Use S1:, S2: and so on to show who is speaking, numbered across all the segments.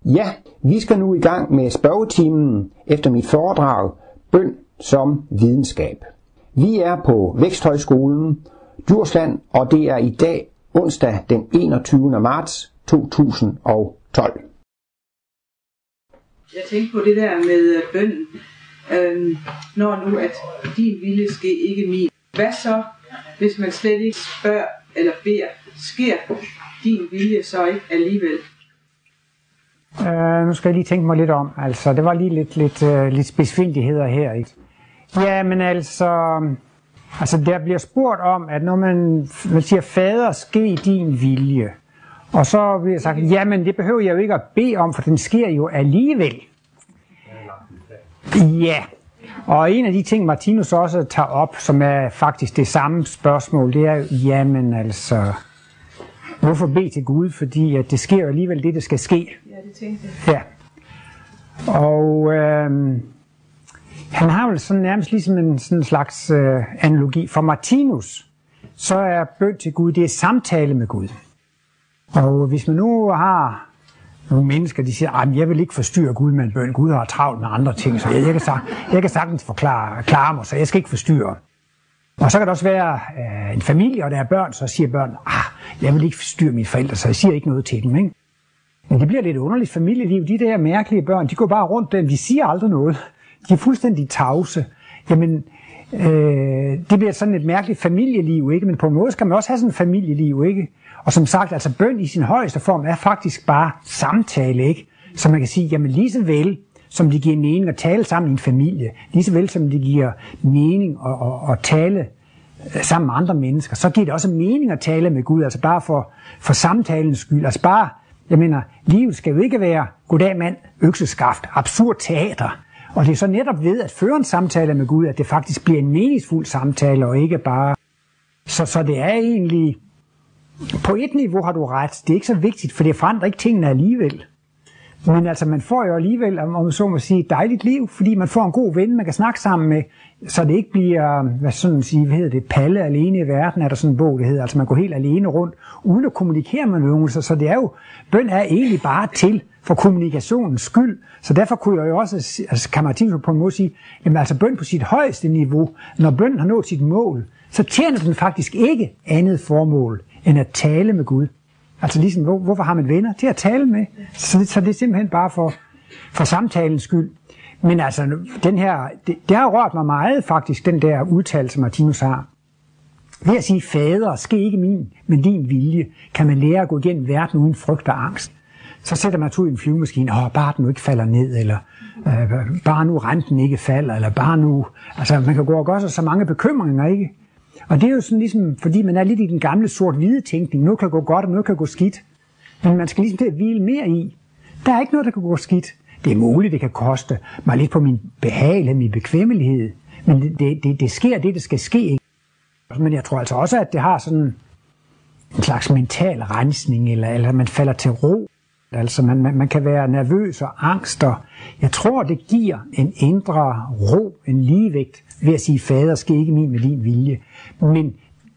S1: Ja, vi skal nu i gang med spørgetimen efter mit foredrag Bøn som videnskab. Vi er på Væksthøjskolen Djursland, og det er i dag onsdag den 21. marts 2012.
S2: Jeg tænkte på det der med bønnen. Når nu at din vilje ske, ikke min. Hvad så, hvis man slet ikke spørger eller beder? Sker din vilje så ikke alligevel?
S3: Nu skal jeg lige tænke mig lidt om. Altså, det var lige lidt spidsfindigheder her, ikke? Ja, men altså, der bliver spurgt om, at når man siger, fader, ske din vilje. Og så bliver sagt, jamen det behøver jeg jo ikke at bede om, for den sker jo alligevel. Ja, og en af de ting, Martinus også tager op, som er faktisk det samme spørgsmål, det er jo, jamen altså, hvorfor bede til Gud? Fordi at det sker jo alligevel det skal ske.
S2: Ja, det tænkte jeg.
S3: Ja. Og han har jo sådan nærmest ligesom en sådan slags analogi. For Martinus, så er bøn til Gud, det er samtale med Gud. Og hvis man nu har nogle mennesker, de siger, at jeg vil ikke forstyrre Gud med en bøn. Gud har travlt med andre ting, så jeg kan sagtens klare mig, så jeg skal ikke forstyrre. Og så kan det også være en familie, og der er børn, så siger børn, jeg vil ikke forstyrre mine forældre, så jeg siger ikke noget til dem. Ikke? Men det bliver lidt underligt familieliv. De der mærkelige børn, de går bare rundt dem, de siger aldrig noget. De er fuldstændig tavse. Jamen, det bliver sådan et mærkeligt familieliv, ikke? Men på en måde skal man også have sådan et familieliv, ikke? Og som sagt, altså bøn i sin højeste form er faktisk bare samtale, ikke? Så man kan sige, jamen lige så vel, som det giver mening at tale sammen i en familie, lige så vel som det giver mening at tale sammen med andre mennesker, så giver det også mening at tale med Gud, altså bare for samtalens skyld. Altså bare, jeg mener, livet skal jo ikke være goddag mand, økseskaft, absurd teater. Og det er så netop ved at føre en samtale med Gud, at det faktisk bliver en meningsfuld samtale, og ikke bare... Så det er egentlig... På et niveau har du ret. Det er ikke så vigtigt, for det forandrer ikke tingene alligevel. Men altså, man får jo alligevel, om man så må sige, et dejligt liv, fordi man får en god ven, man kan snakke sammen med, så det ikke bliver, hvad hedder det, Palle alene i verden, er der sådan en bog, det hedder. Altså, man går helt alene rundt, uden at kommunikere med nogen. Så det er jo, bøn er egentlig bare til for kommunikationens skyld. Så derfor kunne jeg jo også, kan Martinus på en måde sige, jamen altså bøn på sit højeste niveau, når bønnen har nået sit mål, så tjener den faktisk ikke andet formål, end at tale med Gud. Altså ligesom, hvorfor har man venner? Til at tale med. Så det er simpelthen bare for samtalens skyld. Men altså, den her, det har rørt mig meget faktisk, den der udtalelse, Martinus har. Ved at sige, fader, ske ikke min, men din vilje, kan man lære at gå igennem verden uden frygt og angst. Så sætter man ud i en flyvemaskine, bare den nu ikke falder ned, eller bare nu renten ikke falder, eller bare nu... Altså, man kan gå og gøre sig så mange bekymringer, ikke? Og det er jo sådan ligesom, fordi man er lidt i den gamle sort-hvide tænkning. Noget kan gå godt, og noget kan gå skidt. Men man skal ligesom til at hvile mere i. Der er ikke noget, der kan gå skidt. Det er muligt, det kan koste mig lidt på min behag, min bekvemmelighed. Men det sker det skal ske, ikke? Men jeg tror altså også, at det har sådan en slags mental rensning, eller man falder til ro. Altså man kan være nervøs og angst, og jeg tror, det giver en indre ro, en ligevægt, ved at sige, fader, ske ikke min med din vilje. Men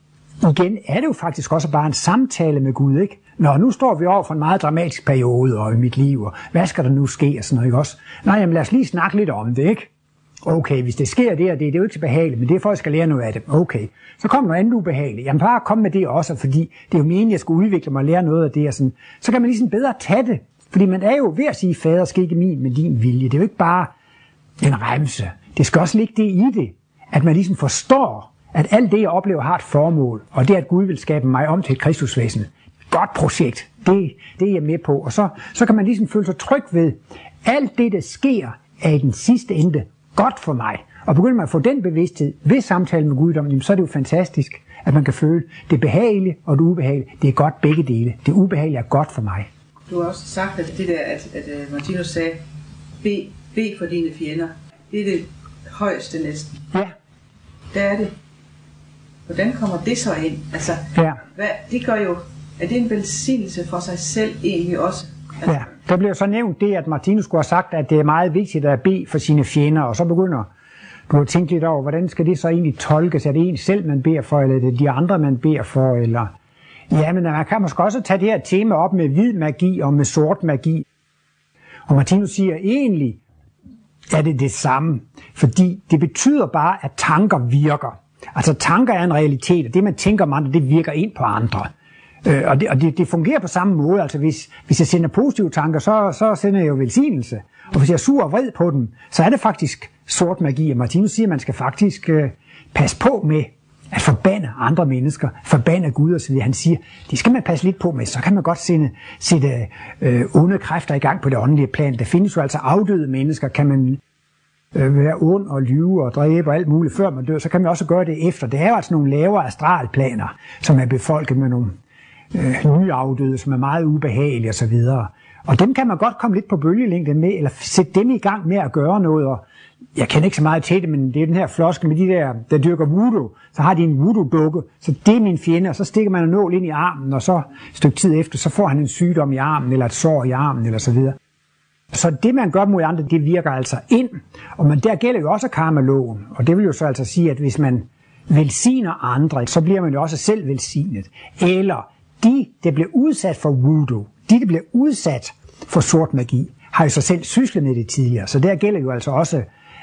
S3: igen er det jo faktisk også bare en samtale med Gud, ikke? Nu står vi over for en meget dramatisk periode og i mit liv, og hvad skal der nu ske, og sådan noget, ikke også? Nej, jamen lad os lige snakke lidt om det, ikke? Okay, hvis det sker det, og det er jo ikke så behageligt, men det er for, at jeg skal lære noget af det. Okay, så kommer noget andet ubehageligt. Jamen bare kom med det også, fordi det er jo meningen, at jeg skal udvikle mig og lære noget af det, og sådan. Så kan man ligesom bedre tage det, fordi man er jo ved at sige, fader, ske ikke min med din vilje. Det er jo ikke bare en remse. Det skal også ligge det i det, at man ligesom forstår, at alt det, jeg oplever, har et formål, og det er, at Gud vil skabe mig om til et kristusvæsen. Godt projekt. Det er jeg med på. Og så kan man ligesom føle sig tryg ved, alt det, der sker, er i den sidste ende godt for mig. Og begynder man at få den bevidsthed ved samtalen med Gud, så er det jo fantastisk, at man kan føle, det behagelige og det ubehagelige, det er godt begge dele. Det ubehagelige er godt for mig.
S2: Du har også sagt, at det der, at Martinus sagde, bed for dine fjender. Det er det højeste næsten.
S3: Ja.
S2: Der er det. Hvordan kommer det så ind? Altså,
S3: ja.
S2: Det gør jo, er det en velsignelse for sig selv egentlig også? Altså,
S3: ja, der bliver så nævnt det, at Martinus skulle have sagt, at det er meget vigtigt at bede for sine fjender, og så begynder du at tænke lidt over, hvordan skal det så egentlig tolkes? Er det en selv, man beder for, eller er det de andre, man beder for? Eller... Ja, men man kan måske også tage det her tema op med hvid magi og med sort magi. Og Martinus siger, egentlig er det samme, fordi det betyder bare, at tanker virker. Altså tanker er en realitet, og det man tænker om andre, det virker ind på andre. Og det fungerer på samme måde. Altså hvis jeg sender positive tanker, så sender jeg jo velsignelse. Og hvis jeg er sur og vred på dem, så er det faktisk sort magi. Og Martinus siger, at man skal faktisk passe på med at forbande andre mennesker, forbande Gud og så videre. Han siger, det skal man passe lidt på med, så kan man godt sætte onde kræfter i gang på det åndelige plan. Der findes jo altså afdøde mennesker, kan man være ond og lyve og dræbe og alt muligt før man dør, så kan man også gøre det efter. Det er jo altså nogle lavere astralplaner, som er befolket med nogle nye afdøde, som er meget ubehagelige og så videre. Og dem kan man godt komme lidt på bølgelængde med, eller sætte dem i gang med at gøre noget. Og jeg kender ikke så meget til det, men det er den her floskel med de der dyrker voodoo. Så har de en voodoo-dukke, så det er min fjende, og så stikker man en nål ind i armen, og så et stykke tid efter, så får han en sygdom i armen, eller et sår i armen, eller så videre. Så det, man gør mod andre, det virker altså ind. Og der gælder jo også karma-loven. Og det vil jo så altså sige, at hvis man velsigner andre, så bliver man jo også selv velsignet. Eller de, der bliver udsat for voodoo, der bliver udsat for sort magi, har jo så selv syslet med det tidligere. Så der gælder jo altså også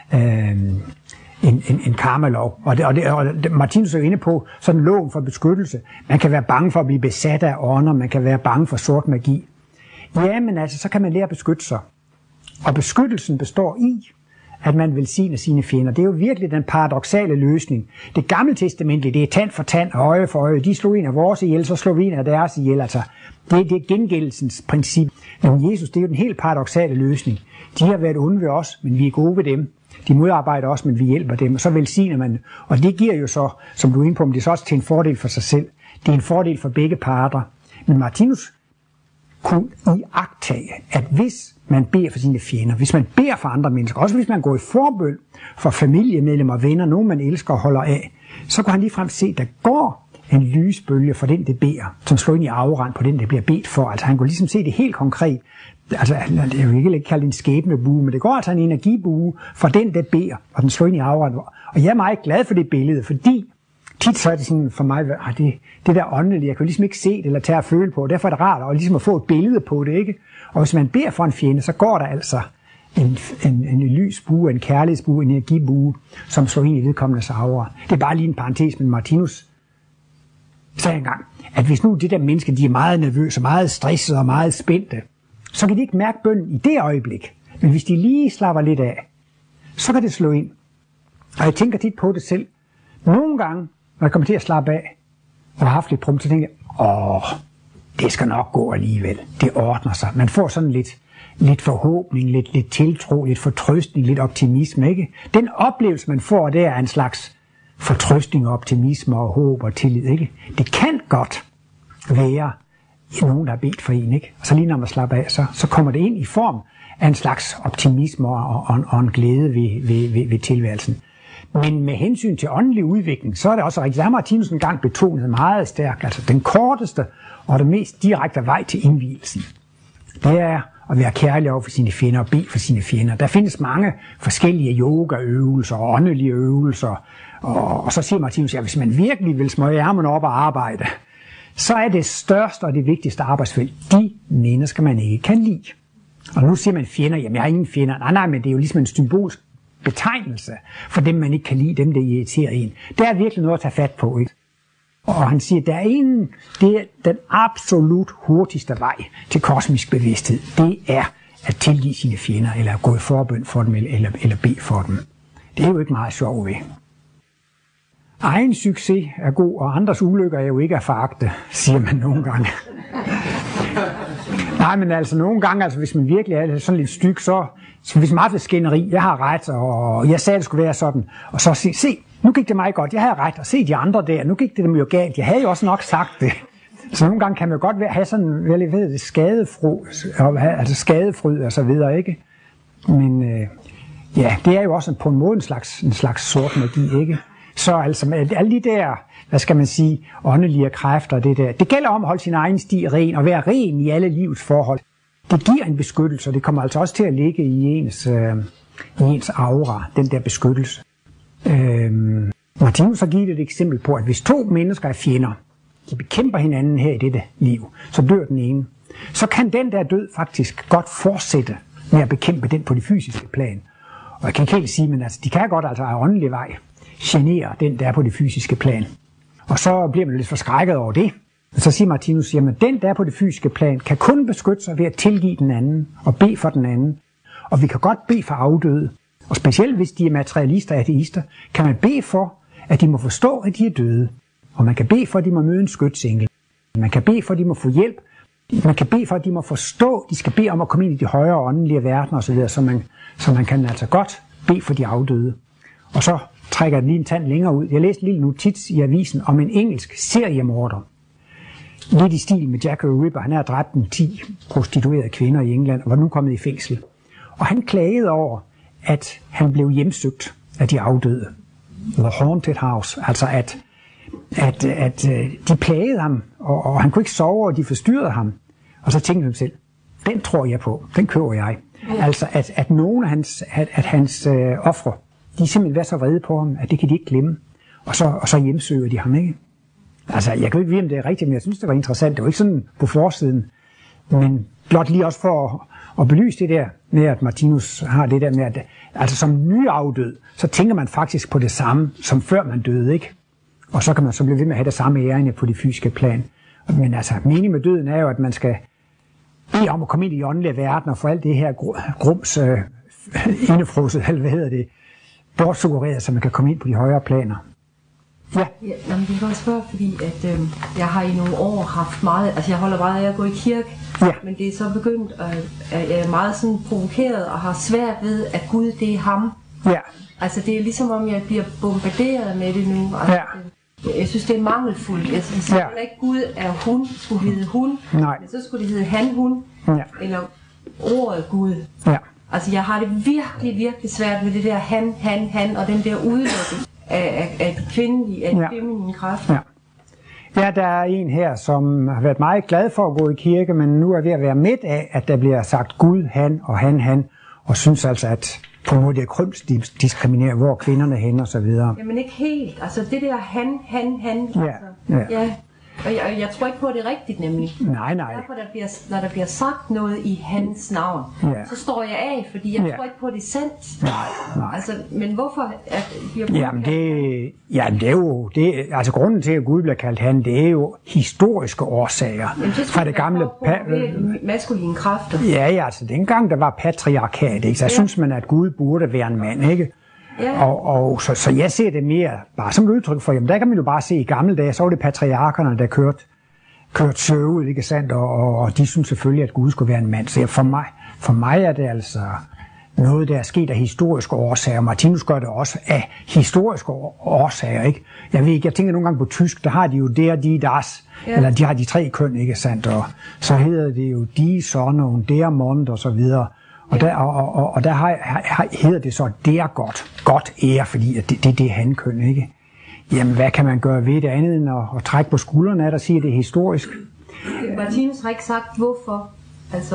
S3: en karmalov. Og Martinus er jo inde på sådan loven for beskyttelse. Man kan være bange for at blive besat af ånder, man kan være bange for sort magi. Ja, men altså, så kan man lære at beskytte sig. Og beskyttelsen består i, at man velsigner sine fjender. Det er jo virkelig den paradoksale løsning. Det gamle testamentlige, det er tand for tand og øje for øje. De slog en af vores ihjel, så slog vi en af deres ihjel. Altså, det er gengældelsens princip. Men Jesus, det er jo den helt paradoksale løsning. De har været onde ved os, men vi er gode ved dem. De modarbejder os, men vi hjælper dem. Og så velsigner man. Og det giver jo så, som du er inde på, det er så også til en fordel for sig selv. Det er en fordel for begge parter. Men Martinus kunne iagttage, at hvis man beder for sine fjender, hvis man beder for andre mennesker, også hvis man går i forbøn for familiemedlemmer, venner, nogen man elsker og holder af, så kan han ligefrem se, at der går en lysbølge for den, der beder, som slår ind i afrand på den, der bliver bedt for. Altså han kunne ligesom se det helt konkret. Altså det er jo ikke kaldt en skæbnebue, men det går altså en energibue for den, der beder, og den slår ind i afrand. Og jeg er meget glad for det billede, fordi tit så er det sådan for mig, det der åndelige, jeg kan jo ligesom ikke se det eller tage at føle på, derfor er det rart at ligesom at få et billede på det, ikke? Og hvis man beder for en fjende, så går der altså en lysbue, en kærlighedsbue, en energibue, som slår ind i vedkommendes aura. Det er bare lige en parentes, men Martinus sagde engang, at hvis nu det der menneske, de er meget nervøse, meget stressede og meget spændte, så kan de ikke mærke bønnen i det øjeblik. Men hvis de lige slapper lidt af, så kan det slå ind. Og jeg tænker tit på det selv. Nogle gange, når jeg kommer til at slappe af, og har haft lidt problem, så tænker jeg, det skal nok gå alligevel. Det ordner sig. Man får sådan lidt forhåbning, lidt tiltro, lidt fortrøstning, lidt optimisme, ikke? Den oplevelse, man får, det er en slags fortrøstning, optimisme og håb og tillid, ikke? Det kan godt være nogen, der har bedt for en, ikke? Og så lige når man slapper af, så kommer det ind i form af en slags optimisme og en glæde ved tilværelsen. Men med hensyn til åndelig udvikling, så er det også rigtig, Martinus en gang betonet meget stærkt, altså den korteste og den mest direkte vej til indvielsen. Det er at være kærlig over for sine fjender og bede for sine fjender. Der findes mange forskellige yogaøvelser og åndelige øvelser, og så siger Martinus, hvis man virkelig vil smøge ærmerne op og arbejde, så er det største og det vigtigste arbejdsfelt de mennesker, man ikke kan lide. Og nu siger man fjender, jamen jeg har ingen fjender. Nej, men det er jo ligesom en symbolsk betegnelse for dem, man ikke kan lide, dem, der irriterer en. Der er virkelig noget at tage fat på, ikke? Og han siger, det er den absolut hurtigste vej til kosmisk bevidsthed. Det er at tilgive sine fjender, eller gå i forbøn for dem, eller bede for dem. Det er jo ikke meget sjovt ved. Egen succes er god, og andres ulykker er jo ikke at foragte, siger man nogle gange. Nej, men altså nogle gange, altså, hvis man virkelig er sådan lidt styg, så hvis man har haft et skænderi, jeg har ret, og jeg sagde, det skulle være sådan, og så se, nu gik det mig godt, jeg havde ret, og se de andre der, nu gik det dem jo galt, jeg havde jo også nok sagt det. Så nogle gange kan man jo godt have sådan, jeg ved det, skadefryd og så videre, ikke? Men ja, det er jo også på en måde en slags sort magi, ikke? Så altså med alle de der, hvad skal man sige, åndelige kræfter, det gælder om at holde sin egen sti ren, og være ren i alle livets forhold. Det giver en beskyttelse, og det kommer altså også til at ligge i ens aura, den der beskyttelse. Martinus har givet et eksempel på, at hvis to mennesker er fjender, de bekæmper hinanden her i dette liv, så dør den ene. Så kan den der død faktisk godt fortsætte med at bekæmpe den på det fysiske plan. Og jeg kan ikke helt sige, men altså, de kan godt altså af åndelig vej genere den, der er på det fysiske plan. Og så bliver man lidt forskrækket over det. Og så siger Martinus, jamen den, der er på det fysiske plan, kan kun beskytte sig ved at tilgive den anden og bede for den anden. Og vi kan godt bede for afdøde. Og specielt hvis de er materialister og ateister, kan man bede for, at de må forstå, at de er døde. Og man kan bede for, at de må møde en skytsengel. Man kan bede for, at de må få hjælp. Man kan bede for, at de må forstå, at de skal bede om at komme ind i de højere åndelige verdener osv., så man kan altså godt bede for de afdøde. Og så trækker jeg lige en tand længere ud. Jeg læste en lille notits i avisen om en engelsk seriemorder. Lidt i stil med Jack the Ripper. Han har dræbt 10 prostituerede kvinder i England og var nu kommet i fængsel. Og han klagede over, at han blev hjemsøgt af de afdøde. The Haunted House. Altså at de plagede ham, og han kunne ikke sove, og de forstyrrede ham. Og så tænkte han selv, den tror jeg på, den køber jeg. Altså at nogle af hans ofre, de simpelthen var så vrede på ham, at det kan de ikke glemme. Og så hjemsøger de ham, ikke? Altså, jeg kan ikke vide, om det er rigtigt, men jeg synes, det var interessant. Det var ikke sådan på forsiden, men blot lige også for at belyse det der med, at Martinus har det der med, at altså som nyafdød, så tænker man faktisk på det samme, som før man døde, ikke? Og så kan man så blive ved med at have det samme ærende på det fysiske plan. Men altså, meningen med døden er jo, at man skal bede om at komme ind i åndelige verden og få alt det her grums indefrosset, eller hvad hedder det, bortsuggereret, så man kan komme ind på de højere planer. Ja.
S4: Jamen, det kan også spørge, fordi at, jeg har i nogle år haft meget, altså jeg holder meget af at gå i kirke, men det er så begyndt, at jeg er meget sådan provokeret og har svært ved, at Gud, det er ham. Ja. Altså det er ligesom om, jeg bliver bombarderet med det nu. Altså, jeg synes, det er mangelfuldt. Jeg synes ikke, Gud er hun, skulle hedde hun, men så skulle det hedde han, hun, eller ordet Gud. Ja. Altså jeg har det virkelig, virkelig svært med det der han, og den der udelukkelse af de kvindelige, af de feminine kræfter.
S3: Ja, der er en her, som har været meget glad for at gå i kirke, men nu er ved at være midt af, at der bliver sagt Gud, han og han, og synes altså, at på en måde det er kønsdiskriminere, hvor kvinderne hen og så videre.
S4: Jamen ikke helt. Altså det der han. Og jeg tror ikke på, at det er rigtigt, nemlig.
S3: Nej.
S4: Derfor, når der bliver sagt noget i hans navn, så står jeg af, fordi jeg tror ikke på, at det er sandt.
S3: Nej.
S4: Altså, men hvorfor
S3: Jamen det er jo det. Altså grunden til, at Gud bliver kaldt han, det er jo historiske årsager.
S4: Jamen,
S3: fra det gamle
S4: maskuline kræfter.
S3: Ja, altså dengang der var patriarkat, ikke? Så jeg synes man, at Gud burde være en mand, ikke? Ja. Og så jeg ser det mere bare som et udtryk for, jamen der kan man jo bare se i gamle dage, så var det patriarkerne, der kørte showet, ikke sandt, og de synes selvfølgelig, at Gud skulle være en mand. Så for mig er det altså noget, der er sket af historiske årsager. Martinus gør det også af historiske årsager, ikke? Jeg tænker nogle gange på tysk, der har de jo de, das, eller de har de 3 køn, ikke sandt, og så hedder det jo die Sonne og der Mond og så videre. Og der hedder det så, det er godt ære, fordi det er hankøn, ikke? Jamen, hvad kan man gøre ved det andet end at trække på skuldrene af der siger, det er historisk?
S4: Martinus har ikke sagt, hvorfor, altså...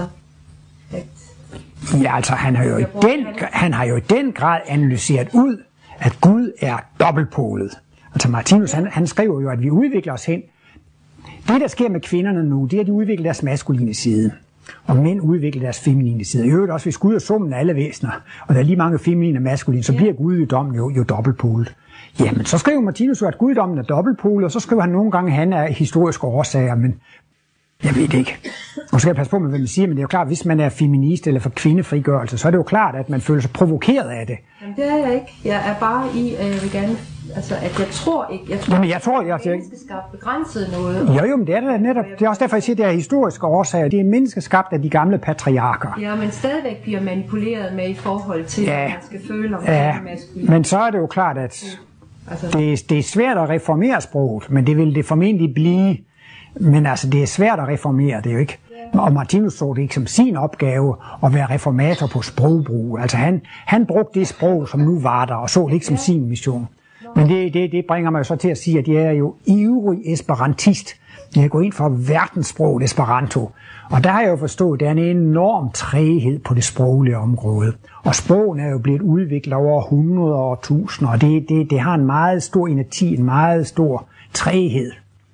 S3: Ja, altså, han har jo i den grad analyseret ud, at Gud er dobbeltpolet. Altså, Martinus, han skriver jo, at vi udvikler os hen. Det, der sker med kvinderne nu, det er, at de udvikler deres maskuline side. Og mænd udvikler deres feminine side. I øvrigt også, hvis Gud er summen af alle væsener, og der er lige mange feminine og maskuline, så bliver guddommen jo dobbeltpolet. Jamen, så skriver Martinus jo, at guddommen er dobbeltpolet, og så skriver han nogle gange, at han er historiske årsager, men jeg ved det ikke. Nu skal jeg passe på med, hvad man siger, men det er jo klart, hvis man er feminist eller for kvindefrigørelse, så er det jo klart, at man føler sig provokeret af det.
S4: Jamen, det er jeg ikke. Jeg er bare i, at jeg vil gerne... Altså, at jeg tror ikke... Jeg tror, at menneskeskabt begrænset noget.
S3: Jo, men det er det netop. Det er også derfor, jeg siger, at det er historiske årsager. Det er menneskeskabt af de gamle patriarker.
S4: Ja, men stadigvæk bliver manipuleret med i forhold til, hvad man skal føle om maskulin.
S3: Men så er det jo klart, at det er svært at reformere sproget, men det vil det formentlig blive. Men altså, det er svært at reformere, det er jo ikke. Og Martinus så det ikke som sin opgave at være reformator på sprogbrug. Altså han brugte det sprog, som nu var der, og så det ikke som sin mission. Men det bringer mig jo så til at sige, at jeg er jo ivrig esperantist. Jeg går ind for verdenssproget Esperanto. Og der har jeg jo forstået, at der er en enorm træghed på det sproglige område. Og sprogen er jo blevet udviklet over 100 og 1000, og det har en meget stor inerti, en meget stor træghed.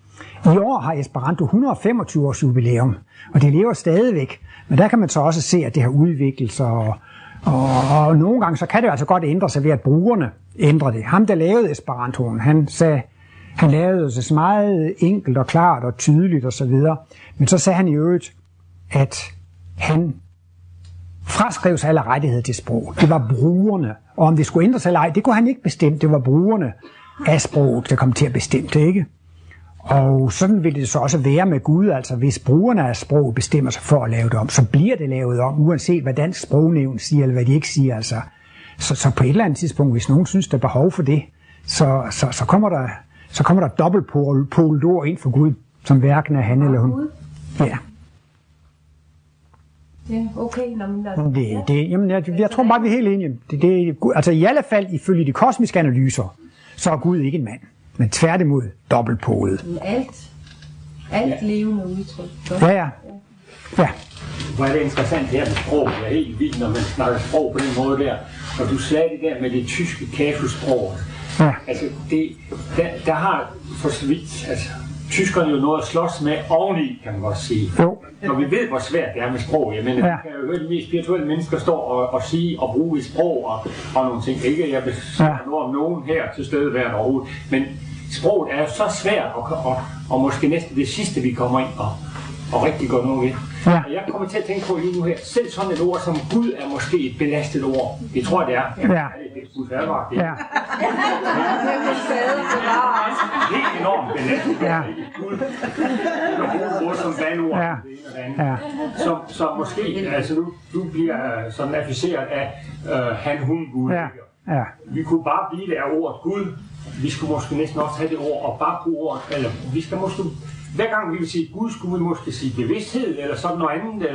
S3: I år har Esperanto 125 års jubilæum, og det lever stadigvæk. Men der kan man så også se, at det har udviklet sig, og nogle gange så kan det altså godt ændre sig ved, at brugerne ændrer det. Ham, der lavede Esperantoen, han lavede det så meget enkelt og klart og tydeligt osv. Men så sagde han i øvrigt, at han fraskrev sig alle rettigheder til sprog. Det var brugerne, og om det skulle ændre sig eller ej, det kunne han ikke bestemme. Det var brugerne af sproget, der kom til at bestemme det, ikke? Og sådan vil det så også være med Gud, altså hvis brugerne af sprog bestemmer sig for at lave det om, så bliver det lavet om, uanset hvad Dansk Sprognævn siger, eller hvad de ikke siger, altså. Så på et eller andet tidspunkt, hvis nogen synes, der er behov for det, så kommer der dobbeltpolet ord ind for Gud, som hverken er han eller hun. Ja.
S4: Ja, okay.
S3: Jamen, jeg tror bare, vi er helt enige. Altså i alle fald, ifølge de kosmiske analyser, så er Gud ikke en mand, men tværtimod dobbeltpolet.
S4: Alt levende udtryk.
S3: Ja.
S5: Hvor er det interessant her med sprog. Jeg er helt vild, når man snakker sprog på den måde der. Og du sagde det der med det tyske kasussprog.
S3: Ja.
S5: Altså, der har for så vidt, altså, tyskerne jo noget at slås med oveni, kan man godt sige.
S3: Jo.
S5: Og vi ved, hvor svært det er med sprog. Jeg mener, vi kan jo høre de mest spirituelle mennesker stå og sige og bruge et sprog og nogle ting. Ikke, jeg vil sige noget om nogen her til stedeværende overhovedet. Men sproget er jo så svært, og måske næsten det sidste, vi kommer ind og rigtig går noget ved.
S3: Ja.
S5: Og jeg kommer til at tænke på lige nu her, selv sådan et ord som Gud er måske et belastet ord. Det tror jeg, det er.
S3: Ja.
S5: Det er Gud færdig. Det er helt enormt belastet.
S3: Ja.
S5: Gud. Og ord som vandord.
S3: Ja.
S5: Så måske, altså du bliver sådan afficeret af han, hun, Gud.
S3: Ja.
S5: Vi kunne bare blive det af ordet Gud. Vi skulle måske næsten også have det ord og bare bruge ordet. Eller vi skal måske... Hver gang vi vil sige Gud, skulle vi måske sige bevidsthed, eller sådan noget andet,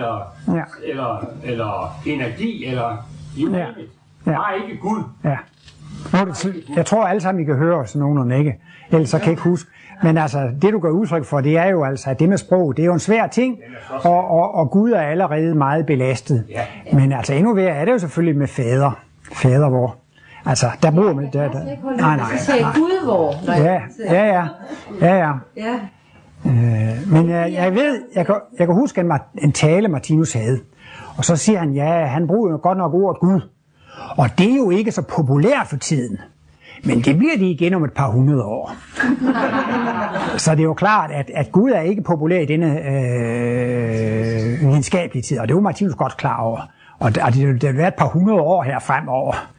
S5: eller energi, eller bare ikke Gud.
S3: Ja. Jeg tror alle sammen, I kan høre sådan nogenlunde, ikke? Ellers så kan jeg ikke huske. Men altså, det du gør udtryk for, det er jo altså, at det med sprog, det er jo en svær ting, og Gud er allerede meget belastet. Men altså, endnu værre er det jo selvfølgelig med fader hvor. Altså, der bruger man det. Nej.
S4: Så siger jeg Gud hvor.
S3: Ja. Men jeg kan huske en tale, Martinus havde. Og så siger han, han bruger jo godt nok ordet Gud. Og det er jo ikke så populært for tiden. Men det bliver det igen om et par 100 år. Så det er jo klart, at Gud er ikke populær i denne videnskabelige tid. Og det er jo Martinus godt klar over. Og det vil være et par 100 år her fremover.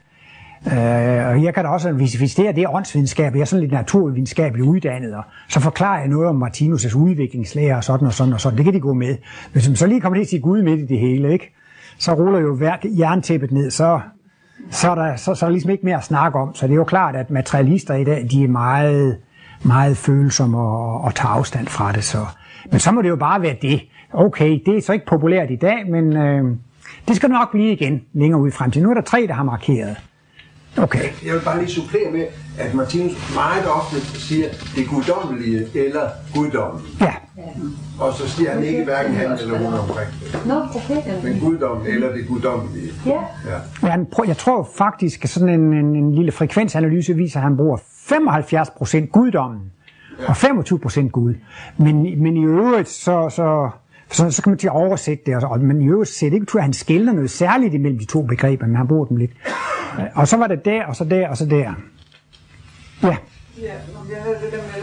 S3: Og jeg kan da også, hvis det er åndsvidenskab, jeg er sådan lidt naturvidenskabeligt uddannet, og så forklarer jeg noget om Martinus' udviklingslære og sådan og sådan og sådan. Det kan de gå med. Hvis man så lige kommer til at sige Gud midt i det hele, ikke? Så ruller jo jerntæppet ned, så er der ligesom ikke mere at snakke om. Så det er jo klart, at materialister i dag, de er meget, meget følsomme og tager afstand fra det. Men så må det jo bare være det. Okay, det er så ikke populært i dag, men det skal nok blive igen længere ud i fremtiden. Nu er der 3, der har markeret. Okay.
S6: Jeg vil bare lige supplere med, at Martinus meget ofte siger det guddommelige eller guddommen.
S3: Ja.
S6: Og så siger han ikke hverken han eller hun omkring det. Men guddommen eller det guddommelige.
S3: Ja, jeg tror faktisk, at sådan en lille frekvensanalyse viser, at han bruger 75% guddommen og 25% Gud. Men i øvrigt, så kan man til at oversætte det, men i øvrigt ser det ikke ud, at han skelner noget særligt imellem de to begreber, men han bruger dem lidt. Og så var det der, og så der, og så der. Ja.
S2: Ja, jeg havde det der med,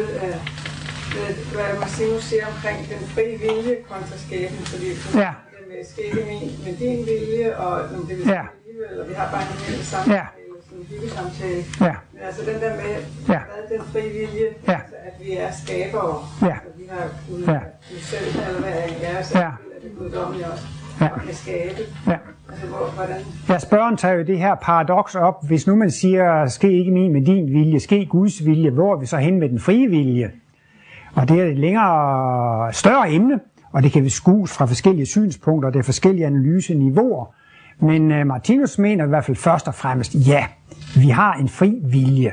S2: hvad Martinus siger omkring den frie vilje kontra skæbnen, fordi det med skæbne med din vilje, og det vil sige alligevel, og vi har bare en hel samtale, sådan en hyggesamtale. Ja. Men altså den der med, hvad den frie vilje, altså at vi er skabere, altså vi har Gud selv, eller hvad er så er det guddommelige også, og kan skabe. Ja. Altså, hvordan?
S3: Ja, spørgen tager jo det her paradoks op. Hvis nu man siger, ske ikke min med din vilje, ske Guds vilje, hvor er vi så hen med den frie vilje? Og det er et længere, større emne, og det kan beskues fra forskellige synspunkter, og det er forskellige analyseniveauer. Men Martinus mener i hvert fald først og fremmest, vi har en fri vilje.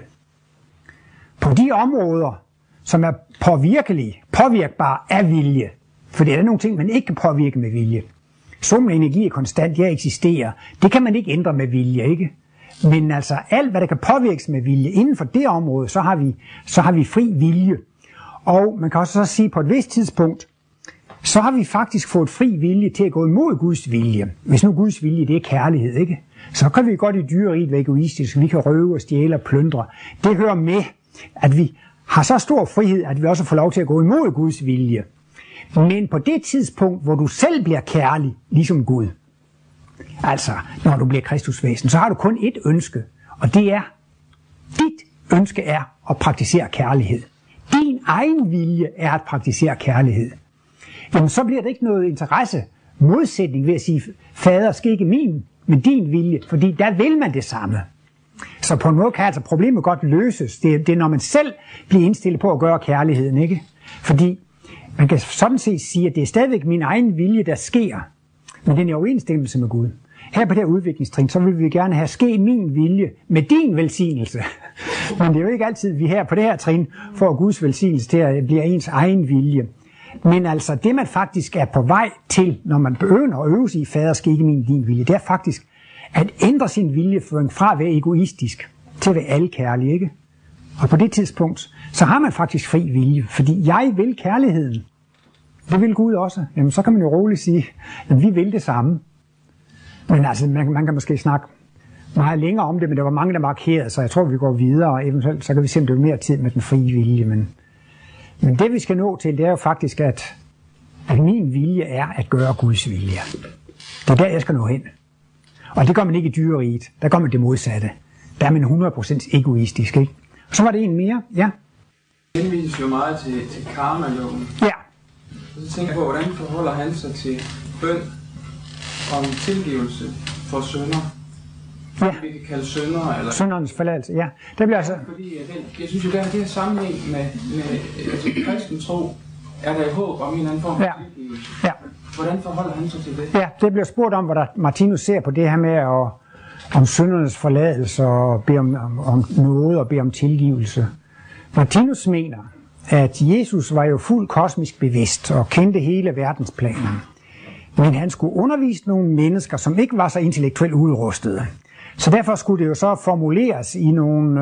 S3: På de områder, som er påvirkbare af vilje, for det er nogle ting, man ikke kan påvirke med vilje. Summen af energi er konstant, eksisterer. Det kan man ikke ændre med vilje, ikke? Men altså alt, hvad der kan påvirkes med vilje, inden for det område, så har vi fri vilje. Og man kan også så sige, på et vist tidspunkt, så har vi faktisk fået fri vilje til at gå imod Guds vilje. Hvis nu Guds vilje, det er kærlighed, ikke? Så kan vi godt i dyreriget være egoistiske, vi kan røve og stjæle og plyndre. Det hører med, at vi har så stor frihed, at vi også får lov til at gå imod Guds vilje. Men på det tidspunkt, hvor du selv bliver kærlig, ligesom Gud, altså når du bliver Kristusvæsen, så har du kun ét ønske, og det er, dit ønske er at praktisere kærlighed. Din egen vilje er at praktisere kærlighed. Jamen så bliver det ikke noget interesse, modsætning ved at sige, fader, skal ikke min, men din vilje, fordi der vil man det samme. Så på en måde kan altså problemet godt løses. Det er når man selv bliver indstillet på at gøre kærligheden, ikke? Fordi man kan sådan set sige, at det er stadigvæk min egen vilje, der sker, men den er i overensstemmelse med Gud. Her på det her udviklingstrin, så vil vi gerne have ske min vilje med din velsignelse. Men det er jo ikke altid, vi her på det her trin får Guds velsignelse til at blive ens egen vilje. Men altså det, man faktisk er på vej til, når man begynder at øve sig i, fader, skal ikke min, din vilje, det er faktisk at ændre sin viljeføring fra at være egoistisk til at være alkærlig, ikke? Og på det tidspunkt, så har man faktisk fri vilje, fordi jeg vil kærligheden. Det vil Gud også. Jamen så kan man jo roligt sige, at vi vil det samme. Men altså, man kan måske snakke meget længere om det, men der var mange, der markerede, så jeg tror, vi går videre, og eventuelt så kan vi se, om det er mere tid med den frie vilje. Men det, vi skal nå til, det er jo faktisk, at min vilje er at gøre Guds vilje. Det er der, jeg skal nå hen. Og det gør man ikke i dyreriget. Der gør man det modsatte. Der er man 100% egoistisk, ikke? Og så var det en mere, ja.
S7: Det henvises jo meget til karma-loven.
S3: Ja.
S7: Og så tænker jeg på, hvordan forholder han sig til bøn om tilgivelse for synder?
S3: Ja.
S7: Vi kan kalde synder, eller...
S3: Syndernes forladelse, ja. Det bliver altså...
S7: Fordi jeg synes jo, det her sammenhæng med altså, kristen tro, er der håb om en eller anden form for tilgivelse.
S3: Ja.
S7: Hvordan forholder han sig til det?
S3: Ja, det bliver spurgt om, hvordan Martinus ser på det her med om syndernes forladelse og bede om noget og bede om tilgivelse. Martinus mener, at Jesus var jo fuldt kosmisk bevidst og kendte hele verdensplanen. Men han skulle undervise nogle mennesker, som ikke var så intellektuelt udrustede. Så derfor skulle det jo så formuleres i nogle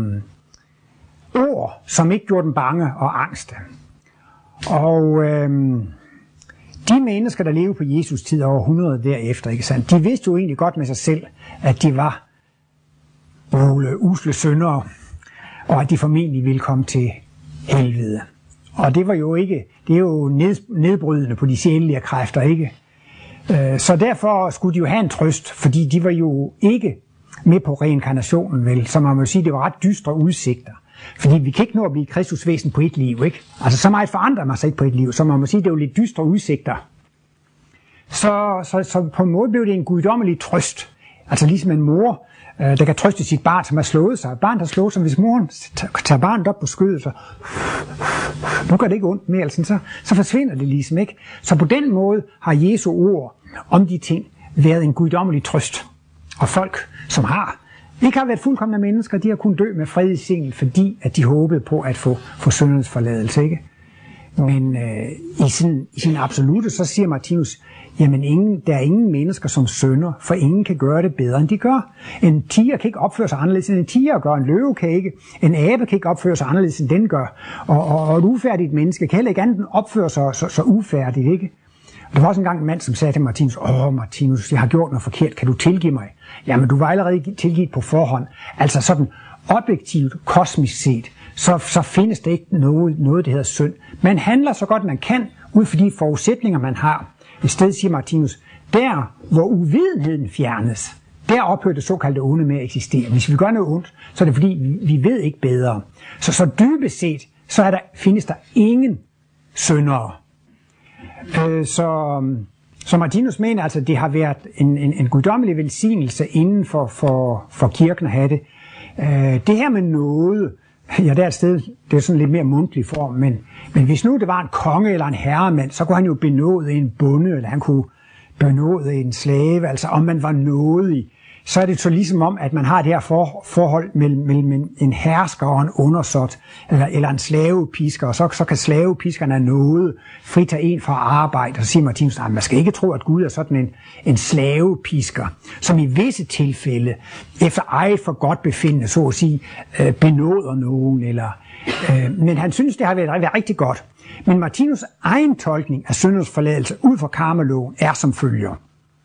S3: ord, som ikke gjorde dem bange og angste. Og de mennesker, der levede på Jesus tid over 100 derefter, ikke sandt, de vidste jo egentlig godt med sig selv, at de var nogle usle syndere, og at de formentlig ville komme til helvede. Og det var jo ikke, det er jo nedbrydende på de sjælelige kræfter, ikke? Så derfor skulle de jo have en trøst, fordi de var jo ikke med på reinkarnationen, vel? Så man må sige, det var ret dystre udsigter. Fordi vi kan ikke nå at blive Kristusvæsen på et liv, ikke? Altså så meget forandrer man sig ikke på et liv, så man må sige, det er jo lidt dystre udsigter. Så på en måde blev det en guddommelig trøst. Altså ligesom en mor, der kan trøste sit barn, som har slået sig. Et barn, der slår sig, hvis moren tager barnet op på skødet, så nu gør det ikke ondt mere, altså, så forsvinder det ligesom, ikke? Så på den måde har Jesu ord om de ting været en guddommelig trøst. Og folk, som ikke har været fuldkomne mennesker, de har kunnet dø med fred i sindet, fordi at de håbede på at få syndernes forladelse, ikke? Men i sin absolute, så siger Martinus, jamen der er ingen mennesker som synder, for ingen kan gøre det bedre, end de gør. En tiger kan ikke opføre sig anderledes, end en tiger gør. En løve kan ikke. En abe kan ikke opføre sig anderledes, end den gør. Og et ufærdigt menneske kan heller ikke andet opføre sig så ufærdigt, ikke? Der var også engang en mand, som sagde til Martinus, Martinus, jeg har gjort noget forkert, kan du tilgive mig? Jamen, du var allerede tilgivet på forhånd. Altså sådan objektivt, kosmisk set, så findes der ikke noget, der hedder synd. Man handler så godt man kan, ud for de forudsætninger, man har. I stedet siger Martinus, der hvor uvidenheden fjernes, der ophører det såkaldte onde med at eksistere. Hvis vi gør noget ondt, så er det fordi, vi ved ikke bedre. Så dybest set, så findes der ingen syndere. Så Martinus mener altså, at det har været en guddommelig velsignelse inden for kirken at have det. Det her med noget, ja, der er et sted, det er sådan lidt mere mundtlig form, men hvis nu det var en konge eller en herremand, så kunne han jo benåde en bonde, eller han kunne benåde en slave, altså om man var nådig, så er det så ligesom om, at man har det her forhold mellem en hersker og en undersåt, eller en slavepisker, og så kan slavepiskerne af noget fritage en fra arbejde, og så siger Martinus, at man skal ikke tro, at Gud er sådan en slavepisker, som i visse tilfælde, efter eget for godt befindende, så at sige, benåder nogen, men han synes, det har været rigtig godt. Men Martinus' egen tolkning af syndernes forladelse ud fra karmaloven er som følger.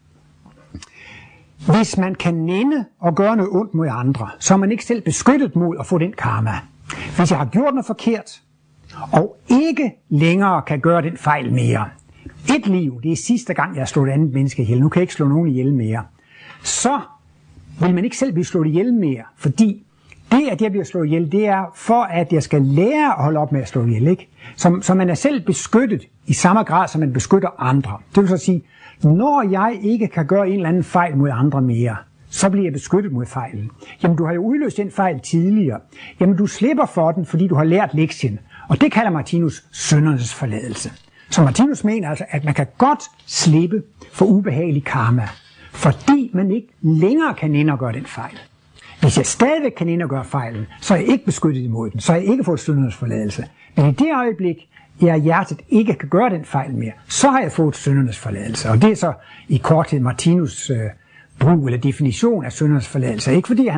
S3: Hvis man kan nænde og gøre noget ondt mod andre, så er man ikke selv beskyttet mod at få den karma. Hvis jeg har gjort noget forkert, og ikke længere kan gøre den fejl mere, et liv, det er sidste gang, jeg har slået et andet menneske ihjel, nu kan jeg ikke slå nogen ihjel mere, så vil man ikke selv blive slået ihjel mere, fordi det, at jeg bliver slået ihjel, det er for, at jeg skal lære at holde op med at slå ihjel, ikke? Så man er selv beskyttet i samme grad, som man beskytter andre. Det vil så sige, når jeg ikke kan gøre en eller anden fejl mod andre mere, så bliver jeg beskyttet mod fejlen. Jamen, du har jo udløst den fejl tidligere. Jamen, du slipper for den, fordi du har lært lektien. Og det kalder Martinus syndernes forladelse. Så Martinus mener altså, at man kan godt slippe for ubehagelig karma, fordi man ikke længere kan ind og gøre den fejl. Hvis jeg stadigvæk kan ind og gøre fejlen, så er jeg ikke beskyttet imod den, så har jeg ikke fået syndernes forladelse. Men i det øjeblik, jeg hjertet ikke kan gøre den fejl mere, så har jeg fået syndernes forladelse. Og det er så i korthed Martinus brug eller definition af syndernes forladelse. Ikke fordi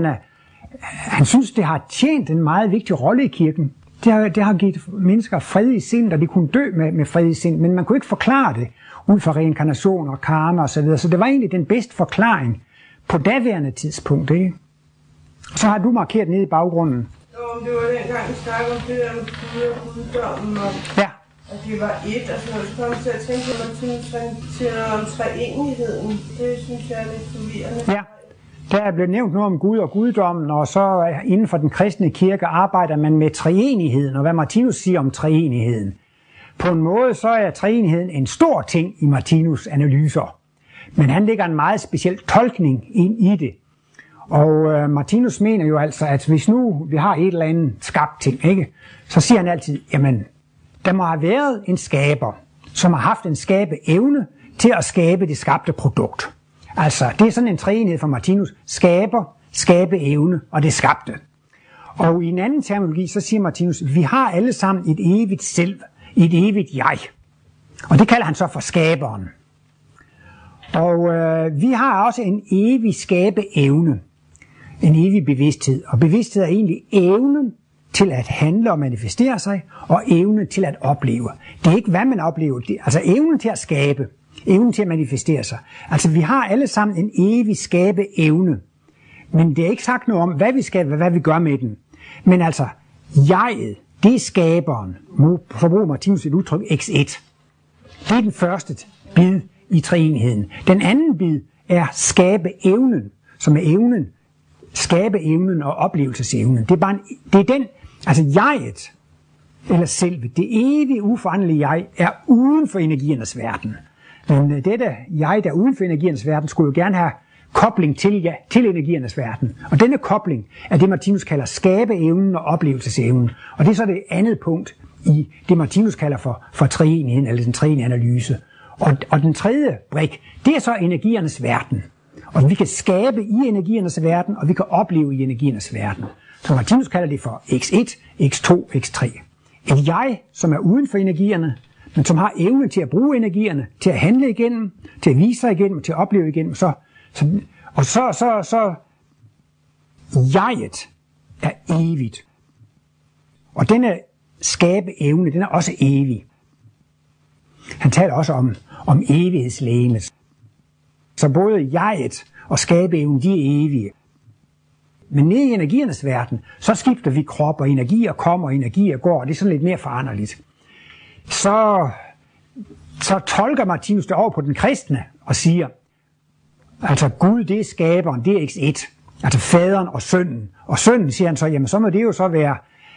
S3: han synes, det har tjent en meget vigtig rolle i kirken. Det har givet mennesker fred i sind, og de kunne dø med fred i sind, men man kunne ikke forklare det ud fra reinkarnation og karma osv. Så det var egentlig den bedste forklaring på daværende tidspunkt, ikke? Så har du markeret nede i baggrunden.
S2: Jo, det var dengang, vi snakkede om det der med Gud og guddommen, og at det var et, og sådan noget. Så kom jeg til at tænke på, at man siger noget om treenigheden. Det synes jeg er lidt forvirrende.
S3: Ja, der er blevet nævnt noget om Gud og guddommen, og så inden for den kristne kirke arbejder man med treenigheden, og hvad Martinus siger om treenigheden. På en måde så er treenigheden en stor ting i Martinus' analyser, men han lægger en meget speciel tolkning ind i det. Og Martinus mener jo altså, at hvis nu vi har et eller andet skabt ting, ikke, så siger han altid, jamen, der må have været en skaber, som har haft en skabeevne til at skabe det skabte produkt. Altså, det er sådan en treenighed for Martinus. Skaber, skabeevne og det skabte. Og i en anden terminologi, så siger Martinus, vi har alle sammen et evigt selv, et evigt jeg. Og det kalder han så for skaberen. Og vi har også en evig skabeevne. En evig bevidsthed. Og bevidsthed er egentlig evnen til at handle og manifestere sig, og evnen til at opleve. Det er ikke, hvad man oplever. Det er, altså evnen til at skabe. Evnen til at manifestere sig. Altså vi har alle sammen en evig skabeevne. Men det er ikke sagt noget om, hvad vi skaber, hvad vi gør med den. Men altså, jeget, det er skaberen. Så bruger Martinus et udtryk X1. Det er den første bid i treenigheden. Den anden bid er skabeevnen, som er evnen, skabeevnen og oplevelsesevnen. Det er den, altså jeget, eller selve, det evige uforanderlige jeg, er uden for energiernes verden. Men dette jeg, der er uden for energiernes verden, skulle jo gerne have kobling til energiernes verden. Og denne kobling er det, Martinus kalder skabeevnen og oplevelsesevnen. Og det er så det andet punkt i det, Martinus kalder for treenigheden, eller den treenige analyse. Og den tredje brik, det er så energiernes verden. Og vi kan skabe i energiernes verden, og vi kan opleve i energiernes verden. Så Martinus kalder det for X1, X2, X3. Et jeg, som er uden for energierne, men som har evnen til at bruge energierne, til at handle igennem, til at vise sig igennem, til at opleve igennem. Så jeget er evigt. Og denne skabeevne, den er også evig. Han taler også om evighedslegemet. Så både jeget og skabeevnen, de er evige. Men nede i energiernes verden, så skifter vi krop, og energier kommer, og energier går, og det er sådan lidt mere foranderligt. Så tolker Martinus det over på den kristne og siger, altså Gud, det er skaberen, det er X1, altså faderen og sønnen. Og sønnen, siger han så, jamen så må det jo så være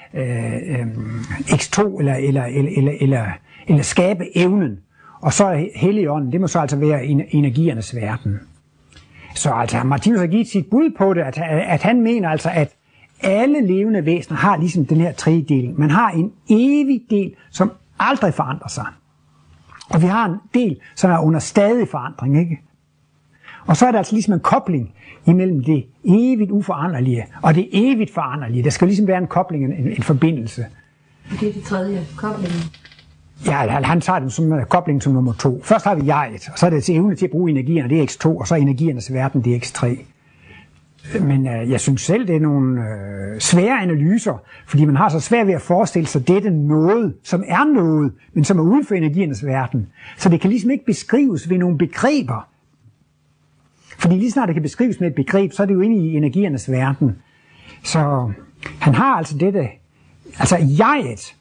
S3: X2 eller skabeevnen. Og så Helligånden, det må så altså være energiernes verden. Så altså Martinus har givet sit bud på det, at han mener altså, at alle levende væsener har ligesom den her tredeling. Man har en evig del, som aldrig forandrer sig. Og vi har en del, som er under stadig forandring, ikke? Og så er der altså ligesom en kobling imellem det evigt uforanderlige og det evigt foranderlige. Der skal ligesom være en kobling, en forbindelse.
S4: Det er det tredje, koblingen.
S3: Ja, han tager dem som kobling som nummer 2. Først har vi jeget, og så er det til evne til at bruge energierne, det er x2, og så er energiernes verden, det er x3. Men jeg synes selv, det er nogle svære analyser, fordi man har så svært ved at forestille sig dette noget, som er noget, men som er uden for energiernes verden. Så det kan ligesom ikke beskrives ved nogle begreber. Fordi lige snart det kan beskrives med et begreb, så er det jo inde i energiernes verden. Så han har altså dette, altså jeget,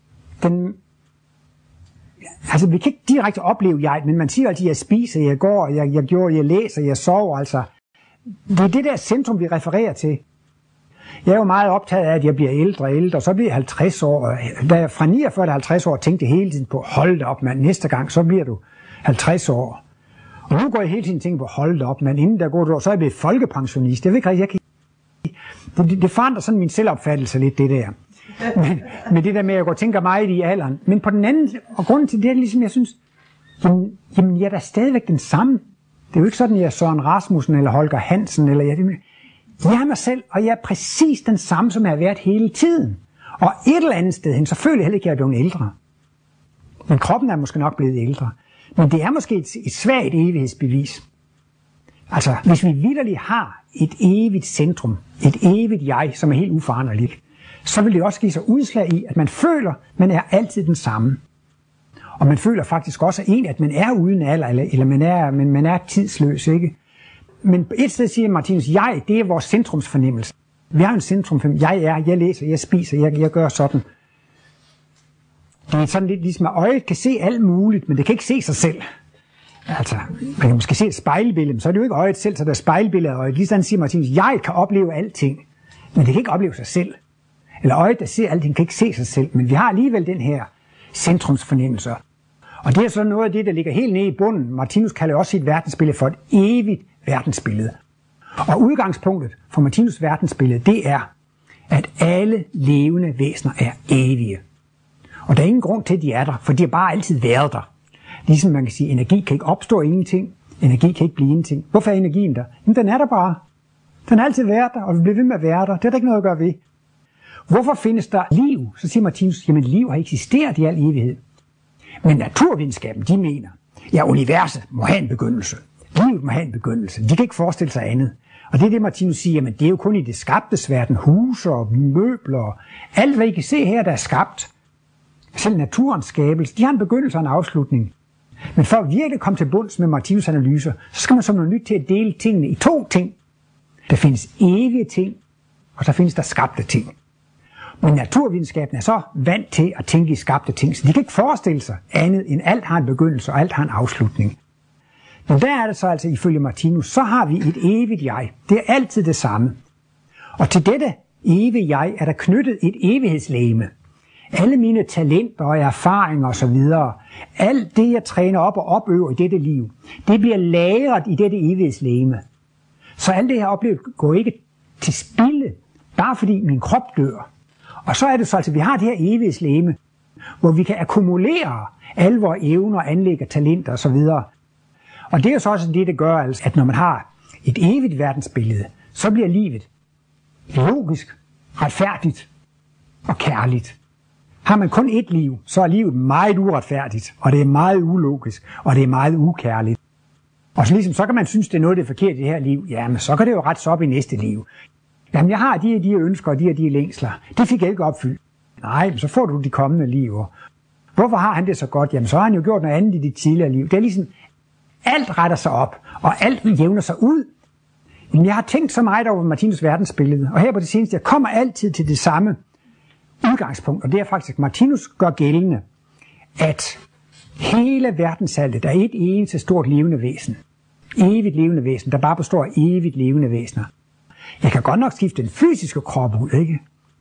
S3: altså vi kan ikke direkte opleve jeget, men man siger altid, jeg spiser, jeg går, jeg gjorde, jeg læser, jeg sover, altså. Det er det der centrum, vi refererer til. Jeg er jo meget optaget af, at jeg bliver ældre og ældre, og så bliver jeg 50 år. Da jeg fra 49 til 50 år tænkte hele tiden på, hold da op mand, næste gang, så bliver du 50 år. Og nu går jeg hele tiden og tænker på, hold da op mand, inden der går du år, så er jeg blevet folkepensionist. Jeg ved ikke, det forandrer sådan min selvopfattelse lidt, det der. Men det der med, at jeg går og tænker meget i alderen. Men på den anden, og grunden til det er ligesom, jeg synes, jamen jeg er da stadigvæk den samme. Det er jo ikke sådan, jeg er Søren Rasmussen eller Holger Hansen, eller jeg er mig selv, og jeg er præcis den samme, som jeg har været hele tiden. Og et eller andet sted hen, så føler jeg heller ikke, at jeg er blevet ældre. Men kroppen er måske nok blevet ældre. Men det er måske et svagt evighedsbevis. Altså, hvis vi vitterligt har et evigt centrum, et evigt jeg, som er helt uforanderligt, så vil det også give sig udslag i, at man føler, at man er altid den samme. Og man føler faktisk også at man er uden alder, eller man er tidsløs, ikke? Men på et sted siger Martinus, jeg, det er vores centrumsfornemmelse. Vi har en centrumfornemmelse. Jeg læser, jeg spiser, jeg gør sådan. Det er sådan lidt ligesom, at øjet kan se alt muligt, men det kan ikke se sig selv. Altså, man kan måske se et spejlbillede, men så er det jo ikke øjet selv, så der er spejlbillede af øjet. Lige sådan siger Martinus, jeg kan opleve alting, men det kan ikke opleve sig selv. Eller øjet, der ser alting, kan ikke se sig selv, men vi har alligevel den her centrumsfornemmelser. Og det er så noget af det, der ligger helt nede i bunden. Martinus kalder også sit verdensbillede for et evigt verdensbillede. Og udgangspunktet for Martinus verdensbillede, det er, at alle levende væsener er evige. Og der er ingen grund til, at de er der, for de har bare altid været der. Ligesom man kan sige, energi kan ikke opstå ingenting, energi kan ikke blive ingenting. Hvorfor er energien der? Jamen, den er der bare. Den har altid været der, og vi bliver ved med at være der. Det er der ikke noget at gøre ved. Hvorfor findes der liv? Så siger Martinus, jamen liv har eksisteret i al evighed. Men naturvidenskaben, de mener, ja, universet må have en begyndelse. Livet må have en begyndelse. De kan ikke forestille sig andet. Og det er det, Martinus siger, men det er jo kun i det skabtes verden, huse og møbler. Alt, hvad I kan se her, der er skabt. Selv naturens skabelse, de har en begyndelse og en afslutning. Men for at virkelig komme til bunds med Martinus' analyser, så skal man som noget nyt til at dele tingene i 2 ting. Der findes evige ting, og så findes der skabte ting. Men naturvidenskaben er så vant til at tænke i skabte ting, så de kan ikke forestille sig andet end alt har en begyndelse og alt har en afslutning. Men der er det så altså ifølge Martinus, så har vi et evigt jeg. Det er altid det samme. Og til dette evige jeg er der knyttet et evighedslegeme. Alle mine talenter og erfaringer osv., alt det jeg træner op og opøver i dette liv, det bliver lagret i dette evighedslegeme. Så alt det jeg har oplevet går ikke til spilde, bare fordi min krop dør. Og så er det så altså, at vi har det her evighedslegeme, hvor vi kan akkumulere alle vores evner, anlæg og talenter osv. Og det er jo så også det gør, altså, at når man har et evigt verdensbillede, så bliver livet logisk, retfærdigt og kærligt. Har man kun ét liv, så er livet meget uretfærdigt, og det er meget ulogisk, og det er meget ukærligt. Og så, ligesom, så kan man synes, det er noget, det er forkert i det her liv. Jamen, så kan det jo rettes op i næste liv. Jamen, jeg har de ønsker, og de længsler. Det fik jeg ikke opfyldt. Nej, men så får du de kommende liv. Hvorfor har han det så godt? Jamen, så har han jo gjort noget andet i dit tidligere liv. Det er ligesom, alt retter sig op, og alt jævner sig ud. Men jeg har tænkt så meget over Martinus' verdensbillede, og her på det seneste, jeg kommer altid til det samme udgangspunkt, og det er faktisk, Martinus gør gældende, at hele verdensaltet er et eneste stort levende væsen. Evigt levende væsen, der bare består af evigt levende væsener. Jeg kan godt nok skifte den fysiske krop ud, ikke?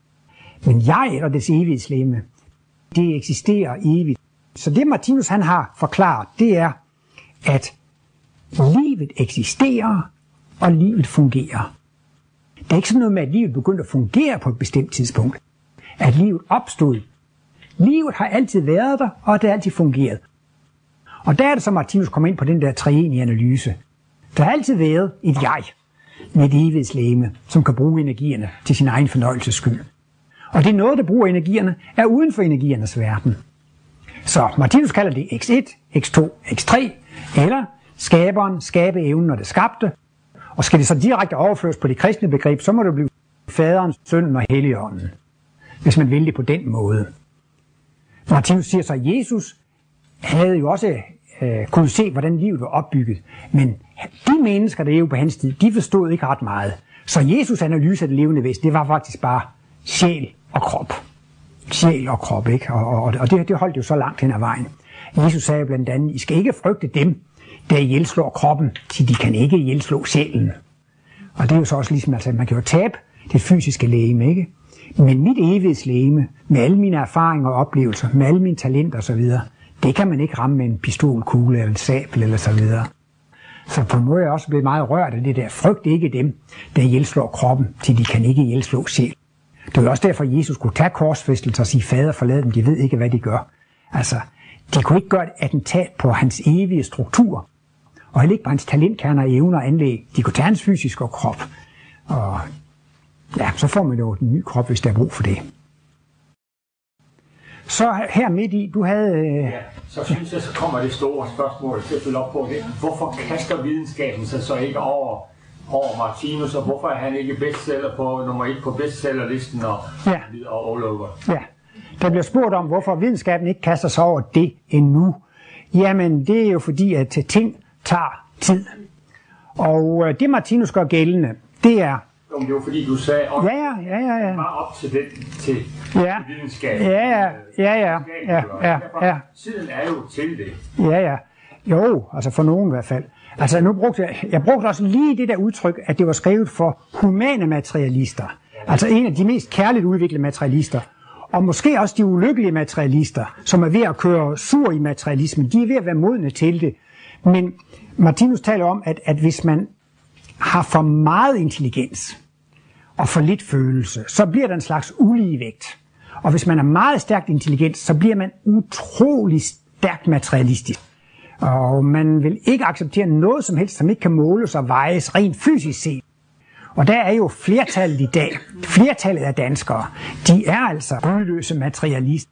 S3: Men jeg og dets evighedslegeme, det eksisterer evigt. Så det Martinus han har forklaret, det er, at livet eksisterer, og livet fungerer. Det er ikke sådan noget med, at livet begyndte at fungere på et bestemt tidspunkt. At livet opstod. Livet har altid været der, og det har altid fungeret. Og der er det så, Martinus kommer ind på den der treenige analyse. Der har altid været et jeg med et evighedslegeme, som kan bruge energierne til sin egen fornøjelses skyld. Og det er noget, der bruger energierne, er uden for energiernes verden. Så Martinus kalder det x1, x2, x3, eller skaberen, skabeevnen og det skabte. Og skal det så direkte overføres på det kristne begreb, så må det blive faderen, sønnen og helligånden, hvis man vil det på den måde. Martinus siger så, at Jesus havde jo også kunne se, hvordan livet var opbygget. Men de mennesker, der levede på hans tid, de forstod ikke ret meget. Så Jesus' analyse af det levende væsen, det var faktisk bare sjæl og krop. Sjæl og krop, ikke? Og det holdt jo så langt hen ad vejen. Jesus sagde blandt andet, I skal ikke frygte dem, der ihjelslår kroppen, til de kan ikke ihjelslå sjælen. Og det er jo så også ligesom, altså man kan jo tabe det fysiske legeme, ikke? Men mit evighedslegeme, med alle mine erfaringer og oplevelser, med alle mine talenter osv., det kan man ikke ramme med en pistolkugle eller en sabel eller så videre. Så på en måde er jeg også blevet meget rørt af det der. Frygt ikke dem, der ihjelslår kroppen, til de kan ikke ihjelslå sjæl. Det var også derfor, at Jesus kunne tage korsfæstelser og sige, fader forlad dem, de ved ikke, hvad de gør. Altså, de kunne ikke gøre et attentat på hans evige struktur, og heller ikke på hans talentkerner, evner og anlæg. De kunne tage hans fysiske krop, og ja, så får man jo en ny krop, hvis der er brug for det. Så her midt i, du havde...
S5: Ja, så synes jeg, så kommer det store spørgsmål til at følge op på det. Hvorfor kaster videnskaben sig så ikke over Martinus, og hvorfor er han ikke bestseller på nummer 1 på bestsellerlisten og all over?
S3: Ja, der bliver spurgt om, hvorfor videnskaben ikke kaster sig over det endnu. Jamen, det er jo fordi, at ting tager tid. Og det Martinus gør gældende, det er...
S5: Det var fordi, du sagde op,
S3: ja.
S5: bare op til videnskaben.
S3: Ja.
S5: Siden er jo til det.
S3: Ja. Jo, altså for nogen i hvert fald. Altså nu brugte jeg brugte også lige det der udtryk, at det var skrevet for humane materialister. Altså en af de mest kærligt udviklede materialister. Og måske også de ulykkelige materialister, som er ved at køre sur i materialismen. De er ved at være modne til det. Men Martinus taler om, at hvis man har for meget intelligens og for lidt følelse, så bliver der en slags uligevægt. Og hvis man er meget stærkt intelligent, så bliver man utrolig stærkt materialistisk. Og man vil ikke acceptere noget som helst, som ikke kan måles og vejes rent fysisk set. Og der er jo flertallet i dag, flertallet af danskere, de er altså gudløse materialister.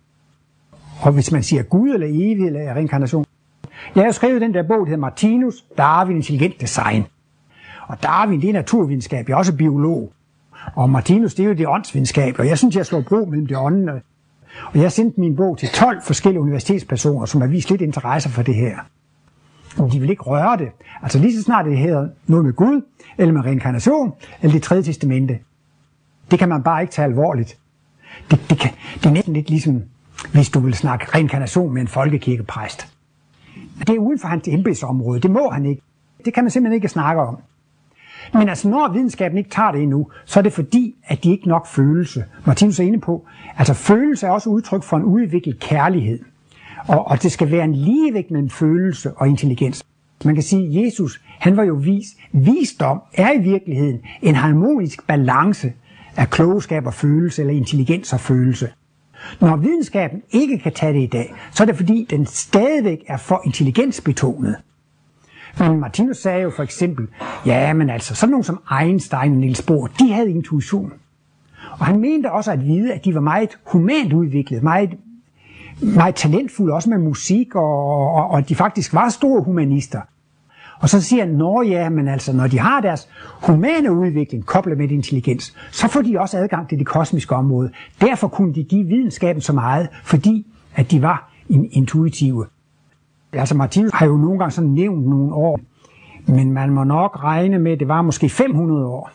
S3: Og hvis man siger Gud eller evig eller reinkarnation. Jeg har jo skrevet den der bog, der hedder Martinus, Darwin, intelligent design. Og Darwin, det er naturvidenskab, jeg er også biolog. Og Martinus, det er jo det åndsvidenskab, og jeg synes, jeg slår bro mellem det åndende. Og jeg sendte min bog til 12 forskellige universitetspersoner, som har vist lidt interesse for det her. Og de vil ikke røre det. Altså lige så snart det hedder noget med Gud, eller med reinkarnation, eller det 3. testamente. Det kan man bare ikke tage alvorligt. Det er næsten lidt ligesom, hvis du vil snakke reinkarnation med en folkekirkepræst. Det er uden for hans embedsområde. Det må han ikke. Det kan man simpelthen ikke snakke om. Men altså, når videnskaben ikke tager det endnu, så er det fordi, at de ikke nok følelse. Martinus er inde på, altså følelse er også udtryk for en udviklet kærlighed. Og det skal være en ligevægt mellem følelse og intelligens. Man kan sige, at Jesus, han var jo vis. Visdom er i virkeligheden en harmonisk balance af klogskab og følelse, eller intelligens og følelse. Når videnskaben ikke kan tage det i dag, så er det fordi, den stadigvæk er for intelligensbetonet. Men Martinus sagde jo for eksempel, ja, men altså, sådan nogen som Einstein og Niels Bohr, de havde intuition. Og han mente også at vide, at de var meget humant udviklet, meget talentfulde, også med musik, og de faktisk var store humanister. Og så siger han, men altså, når de har deres humane udvikling koblet med intelligens, så får de også adgang til det kosmiske område. Derfor kunne de give videnskaben så meget, fordi at de var intuitive. Altså Martinus har jo nogle gange sådan nævnt nogle år, men man må nok regne med, at det var måske 500 år,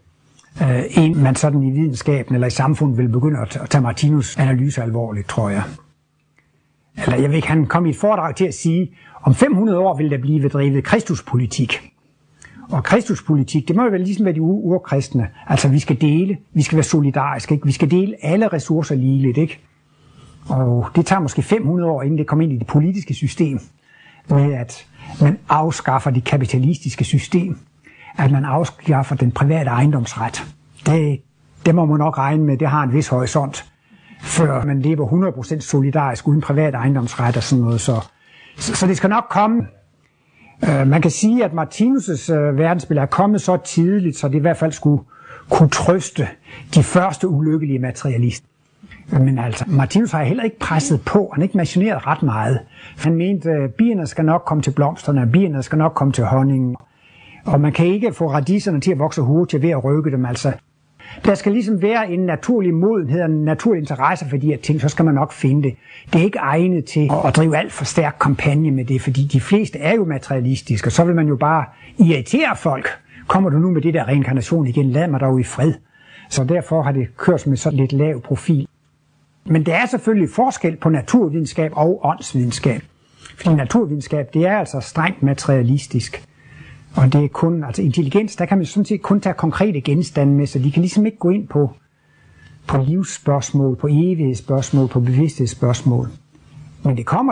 S3: inden man sådan i videnskaben eller i samfundet ville begynde at tage Martinus' analyse alvorligt, tror jeg. Eller jeg ved ikke, han kom i et foredrag til at sige, om 500 år vil der blive drevet kristuspolitik. Og kristuspolitik, det må jo vel ligesom være de urkristne. Altså vi skal dele, vi skal være solidariske, ikke? Vi skal dele alle ressourcer ligeligt, ikke? Og det tager måske 500 år, inden det kommer ind i det politiske system, med at man afskaffer det kapitalistiske system, at man afskaffer den private ejendomsret. Det må man nok regne med, det har en vis horisont, før man lever 100% solidarisk uden privat ejendomsret og sådan noget. Så det skal nok komme. Man kan sige, at Martinus' verdensbillede er kommet så tidligt, så det i hvert fald skulle kunne trøste de første ulykkelige materialister. Men altså, Martinus har heller ikke presset på, han har ikke missioneret ret meget. Han mente, at bierne skal nok komme til blomsterne, bierne skal nok komme til honningen, og man kan ikke få radiserne til at vokse hurtigt ved at rykke dem. Altså, der skal ligesom være en naturlig modenhed og en naturlig interesse for de her ting, så skal man nok finde det. Det er ikke egnet til at drive alt for stærk kampagne med det, fordi de fleste er jo materialistiske, og så vil man jo bare irritere folk. Kommer du nu med det der reinkarnation igen, lad mig dog i fred. Så derfor har det kørt med sådan lidt lav profil. Men der er selvfølgelig forskel på naturvidenskab og åndsvidenskab. Fordi naturvidenskab, det er altså strengt materialistisk. Og det er kun, altså intelligens, der kan man sådan set kun tage konkrete genstande med, så de kan ligesom ikke gå ind på livsspørgsmål, på evighedsspørgsmål, på bevidsthedsspørgsmål. Men det kommer.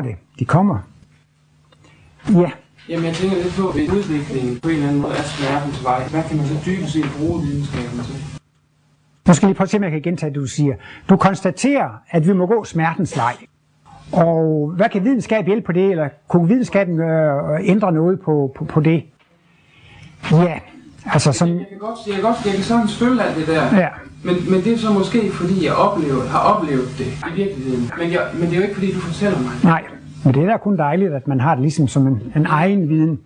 S3: Ja.
S7: Jamen jeg tænker lidt på, at udviklingen på en eller anden måde er smertens vej. Hvad kan man så dybest set bruge videnskaben til?
S3: Nu skal jeg lige prøve at se, om jeg kan gentage det, du siger. Du konstaterer, at vi må gå smertens vej. Og hvad kan videnskab hjælpe på det, eller kunne videnskaben ændre noget på det? Ja, altså sådan...
S7: Jeg kan sagtens følge alt det der. Ja. Men det er så måske, fordi jeg har oplevet det i virkeligheden. Men det er jo ikke, fordi du fortæller mig.
S3: Nej, men det er da kun dejligt, at man har det ligesom som en egen viden.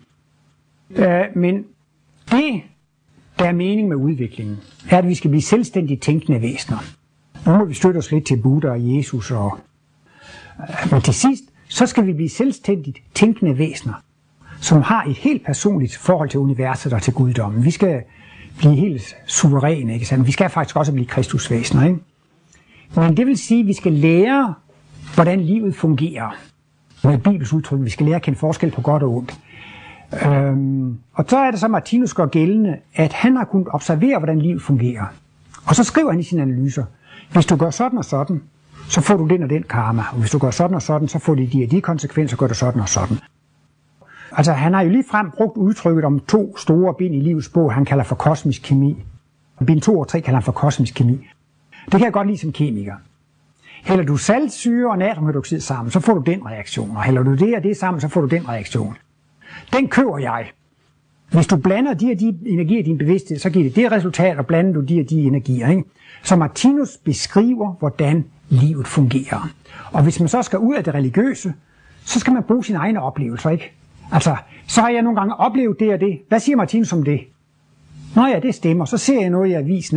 S3: Men det, der er mening med udviklingen, er, at vi skal blive selvstændigt tænkende væsener. Nu må vi støtte os lidt til Buddha og Jesus. Men til sidst, så skal vi blive selvstændigt tænkende væsener, som har et helt personligt forhold til universet og til guddommen. Vi skal blive helt suveræne, ikke sandt? Vi skal faktisk også blive kristusvæsener, ikke? Men det vil sige, at vi skal lære, hvordan livet fungerer. Med Bibels udtryk, vi skal lære at kende forskel på godt og ondt. Og så er det så, Martinus går gældende, at han har kunnet observere, hvordan livet fungerer. Og så skriver han i sine analyser, hvis du gør sådan og sådan, så får du den og den karma. Og hvis du gør sådan og sådan, så får de og de konsekvenser, gør du sådan og sådan. Altså, han har jo ligefrem brugt udtrykket om 2 store bind i livets bog, han kalder for kosmisk kemi. Bind 2 og 3 kalder han for kosmisk kemi. Det kan jeg godt lide som kemiker. Hælder du saltsyre og natriumhydroxid sammen, så får du den reaktion. Og hælder du det og det sammen, så får du den reaktion. Den køber jeg. Hvis du blander de og de energier i din bevidsthed, så giver det resultat, og blander du de og de energier. Ikke? Så Martinus beskriver, hvordan livet fungerer. Og hvis man så skal ud af det religiøse, så skal man bruge sine egne oplevelser, ikke? Altså, så har jeg nogle gange oplevet det og det. Hvad siger Martinus om det? Nå ja, det stemmer. Så ser jeg noget i avisen,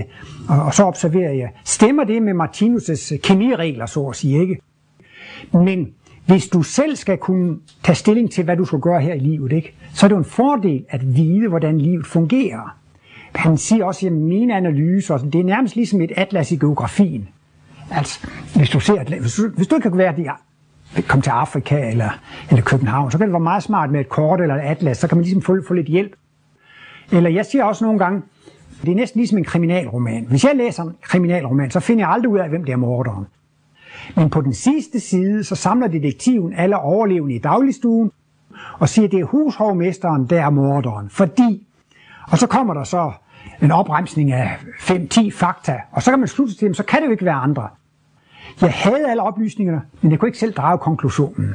S3: og så observerer jeg. Stemmer det med Martinus' kemiregler, så at sige, ikke? Men hvis du selv skal kunne tage stilling til, hvad du skal gøre her i livet, ikke? Så er det jo en fordel at vide, hvordan livet fungerer. Han siger også, at mine analyser, det er nærmest ligesom et atlas i geografien. Altså, hvis du ikke kan være komme til Afrika eller København, så kan det være meget smart med et kort eller et atlas, så kan man ligesom få lidt hjælp. Eller jeg siger også nogle gange, det er næsten ligesom en kriminalroman. Hvis jeg læser en kriminalroman, så finder jeg aldrig ud af, hvem det er morderen. Men på den sidste side, så samler detektiven alle overlevende i dagligstuen, og siger, at det er hushovmesteren, der er morderen. Fordi, og så kommer der så en opremsning af 5-10 fakta, og så kan man slutte til dem, så kan det jo ikke være andre. Jeg havde alle oplysningerne, men jeg kunne ikke selv drage konklusionen.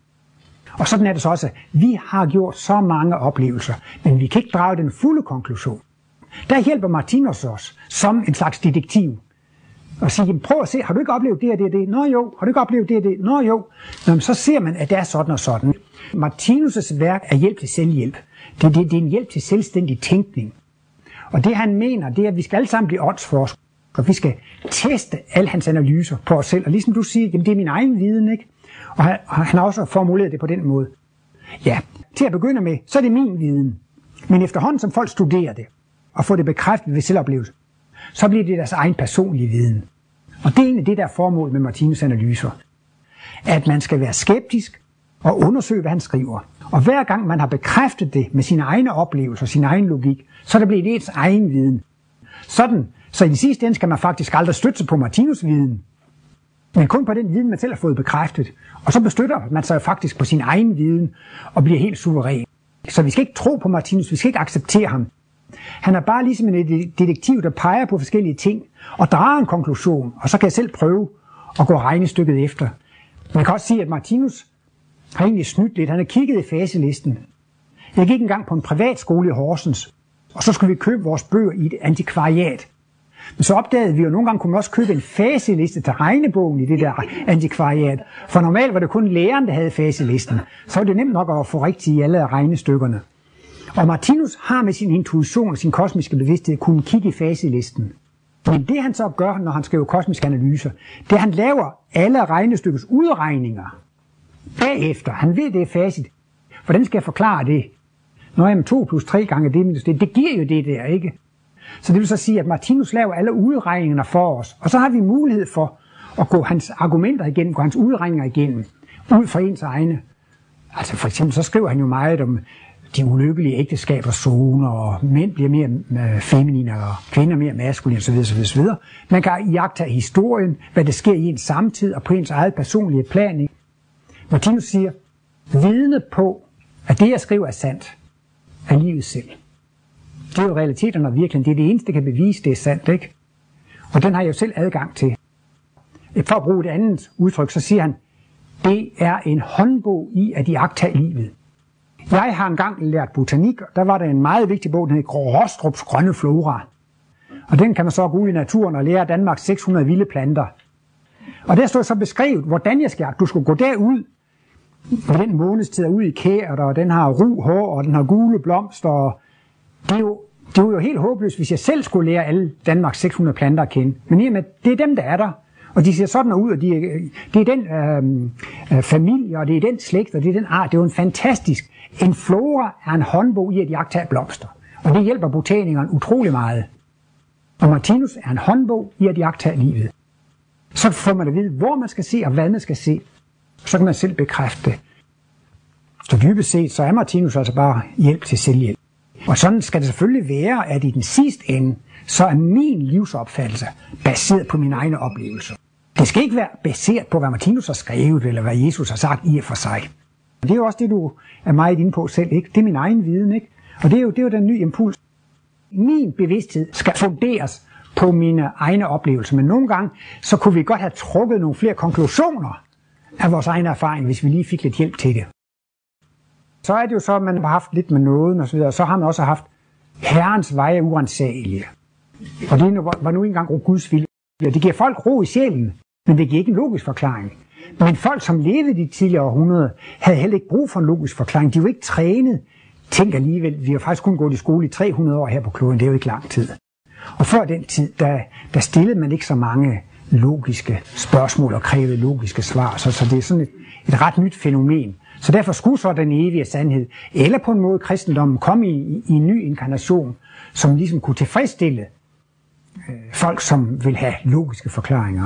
S3: Og sådan er det så også. Vi har gjort så mange oplevelser, men vi kan ikke drage den fulde konklusion. Der hjælper Martinus os som en slags detektiv. Og sige, prøv at se, har du ikke oplevet det og det og det? Nå jo. Har du ikke oplevet det og det? Nå jo. Nå, så ser man, at det er sådan og sådan. Martinus' værk er hjælp til selvhjælp. Det er en hjælp til selvstændig tænkning. Og det han mener, det er, at vi skal alle sammen blive åndsforskere. Og vi skal teste alle hans analyser på os selv. Og ligesom du siger, jamen det er min egen viden, ikke? Og han har også formuleret det på den måde. Ja, til at begynde med, så er det min viden. Men efterhånden, som folk studerer det, og får det bekræftet ved selvoplevelse, så bliver det deres egen personlige viden. Og det er egentlig det, der er formål med Martinus' analyser. At man skal være skeptisk og undersøge, hvad han skriver. Og hver gang man har bekræftet det med sine egne oplevelser, sin egen logik, så er det blevet ens egen viden. Så i den sidste ende skal man faktisk aldrig støtte sig på Martinus' viden, men kun på den viden, man selv har fået bekræftet. Og så bestøtter man sig faktisk på sin egen viden og bliver helt suveræn. Så vi skal ikke tro på Martinus, vi skal ikke acceptere ham. Han er bare ligesom en detektiv, der peger på forskellige ting og drager en konklusion, og så kan jeg selv prøve at gå regnestykket efter. Man kan også sige, at Martinus har egentlig snydt lidt. Han har kigget i faselisten, Jeg gik engang på en privatskole i Horsens, og så skulle vi købe vores bøger i et antikvariat. Men så opdagede vi jo, nogle gange kunne man også købe en faseliste til regnebogen i det der antikvariat. For normalt var det kun læreren, der havde faselisten. Så var det nemt nok at få rigtigt i alle regnestykkerne. Og Martinus har med sin intuition og sin kosmiske bevidsthed kunnet kigge i faselisten. Men det han så gør, når han skriver kosmiske analyser, det er, at han laver alle regnestykkets udregninger bagefter. Han ved, det er facit. Hvordan skal jeg forklare det? Nå, jamen 2 plus 3 gange det minus det giver jo det der, ikke? Så det vil så sige, at Martinus laver alle udregningerne for os. Og så har vi mulighed for at gå hans argumenter igennem, gå hans udregninger igennem, ud fra ens egne. Altså for eksempel så skriver han jo meget om de ulykkelige ægteskabers zoner, og mænd bliver mere feminine, og kvinder mere maskuline osv. osv. Man kan iagttage historien, hvad der sker i ens samtid, og på ens eget personlige plan. Martinus siger, vidne på, at det jeg skriver er sandt, er livet selv. Det er jo realiteterne og virkeligheden. Det er det eneste, der kan bevise, det er sandt, ikke? Og den har jeg jo selv adgang til. For at bruge et andet udtryk, så siger han, det er en håndbog i at iagttage livet. Jeg har engang lært botanik, og der var der en meget vigtig bog, den hed Rostrups Grønne Flora. Og den kan man så gå ud i naturen og lære Danmarks 600 vilde planter. Og der stod så beskrevet, hvordan jeg skal. Du skulle gå derud, og den månedstid er ude i kæret, og den har ru hår, og den har gule blomster. Og det er jo helt håbløst, hvis jeg selv skulle lære alle Danmarks 600 planter at kende. Men i og med, det er dem, der er der. Og de ser sådan ud, og det er den familie, og det er den slægt, og det er den art. Det er jo en fantastisk. En flora er en håndbog i at iagttage blomster. Og det hjælper botanikeren utrolig meget. Og Martinus er en håndbog i at iagttage livet. Så får man at vide, hvor man skal se, og hvad man skal se. Så kan man selv bekræfte det. Så dybest set, så er Martinus altså bare hjælp til selvhjælp. Og sådan skal det selvfølgelig være, at i den sidste ende, så er min livsopfattelse baseret på mine egne oplevelser. Det skal ikke være baseret på, hvad Martinus har skrevet, eller hvad Jesus har sagt i og for sig. Det er jo også det, du er meget inde på selv, ikke? Det er min egen viden, ikke? Og det er jo den nye impuls. Min bevidsthed skal funderes på mine egne oplevelser, men nogle gange, så kunne vi godt have trukket nogle flere konklusioner af vores egen erfaring, hvis vi lige fik lidt hjælp til det. Så er det jo så, at man har haft lidt med nåden og så videre, så har man også haft Herrens veje uransagelige. Og det var nu engang Guds vilje. Det giver folk ro i sjælen, men det giver ikke en logisk forklaring. Men folk, som levede de tidligere århundreder, havde heller ikke brug for en logisk forklaring. De var ikke trænet. Tænk alligevel, vi har faktisk kun gået i skole i 300 år her på kloden. Det er jo ikke lang tid. Og før den tid, der stillede man ikke så mange logiske spørgsmål og krævede logiske svar. Så det er sådan et ret nyt fænomen. Så derfor skulle så den evige sandhed, eller på en måde kristendommen, komme i en ny inkarnation, som ligesom kunne tilfredsstille folk, som vil have logiske forklaringer.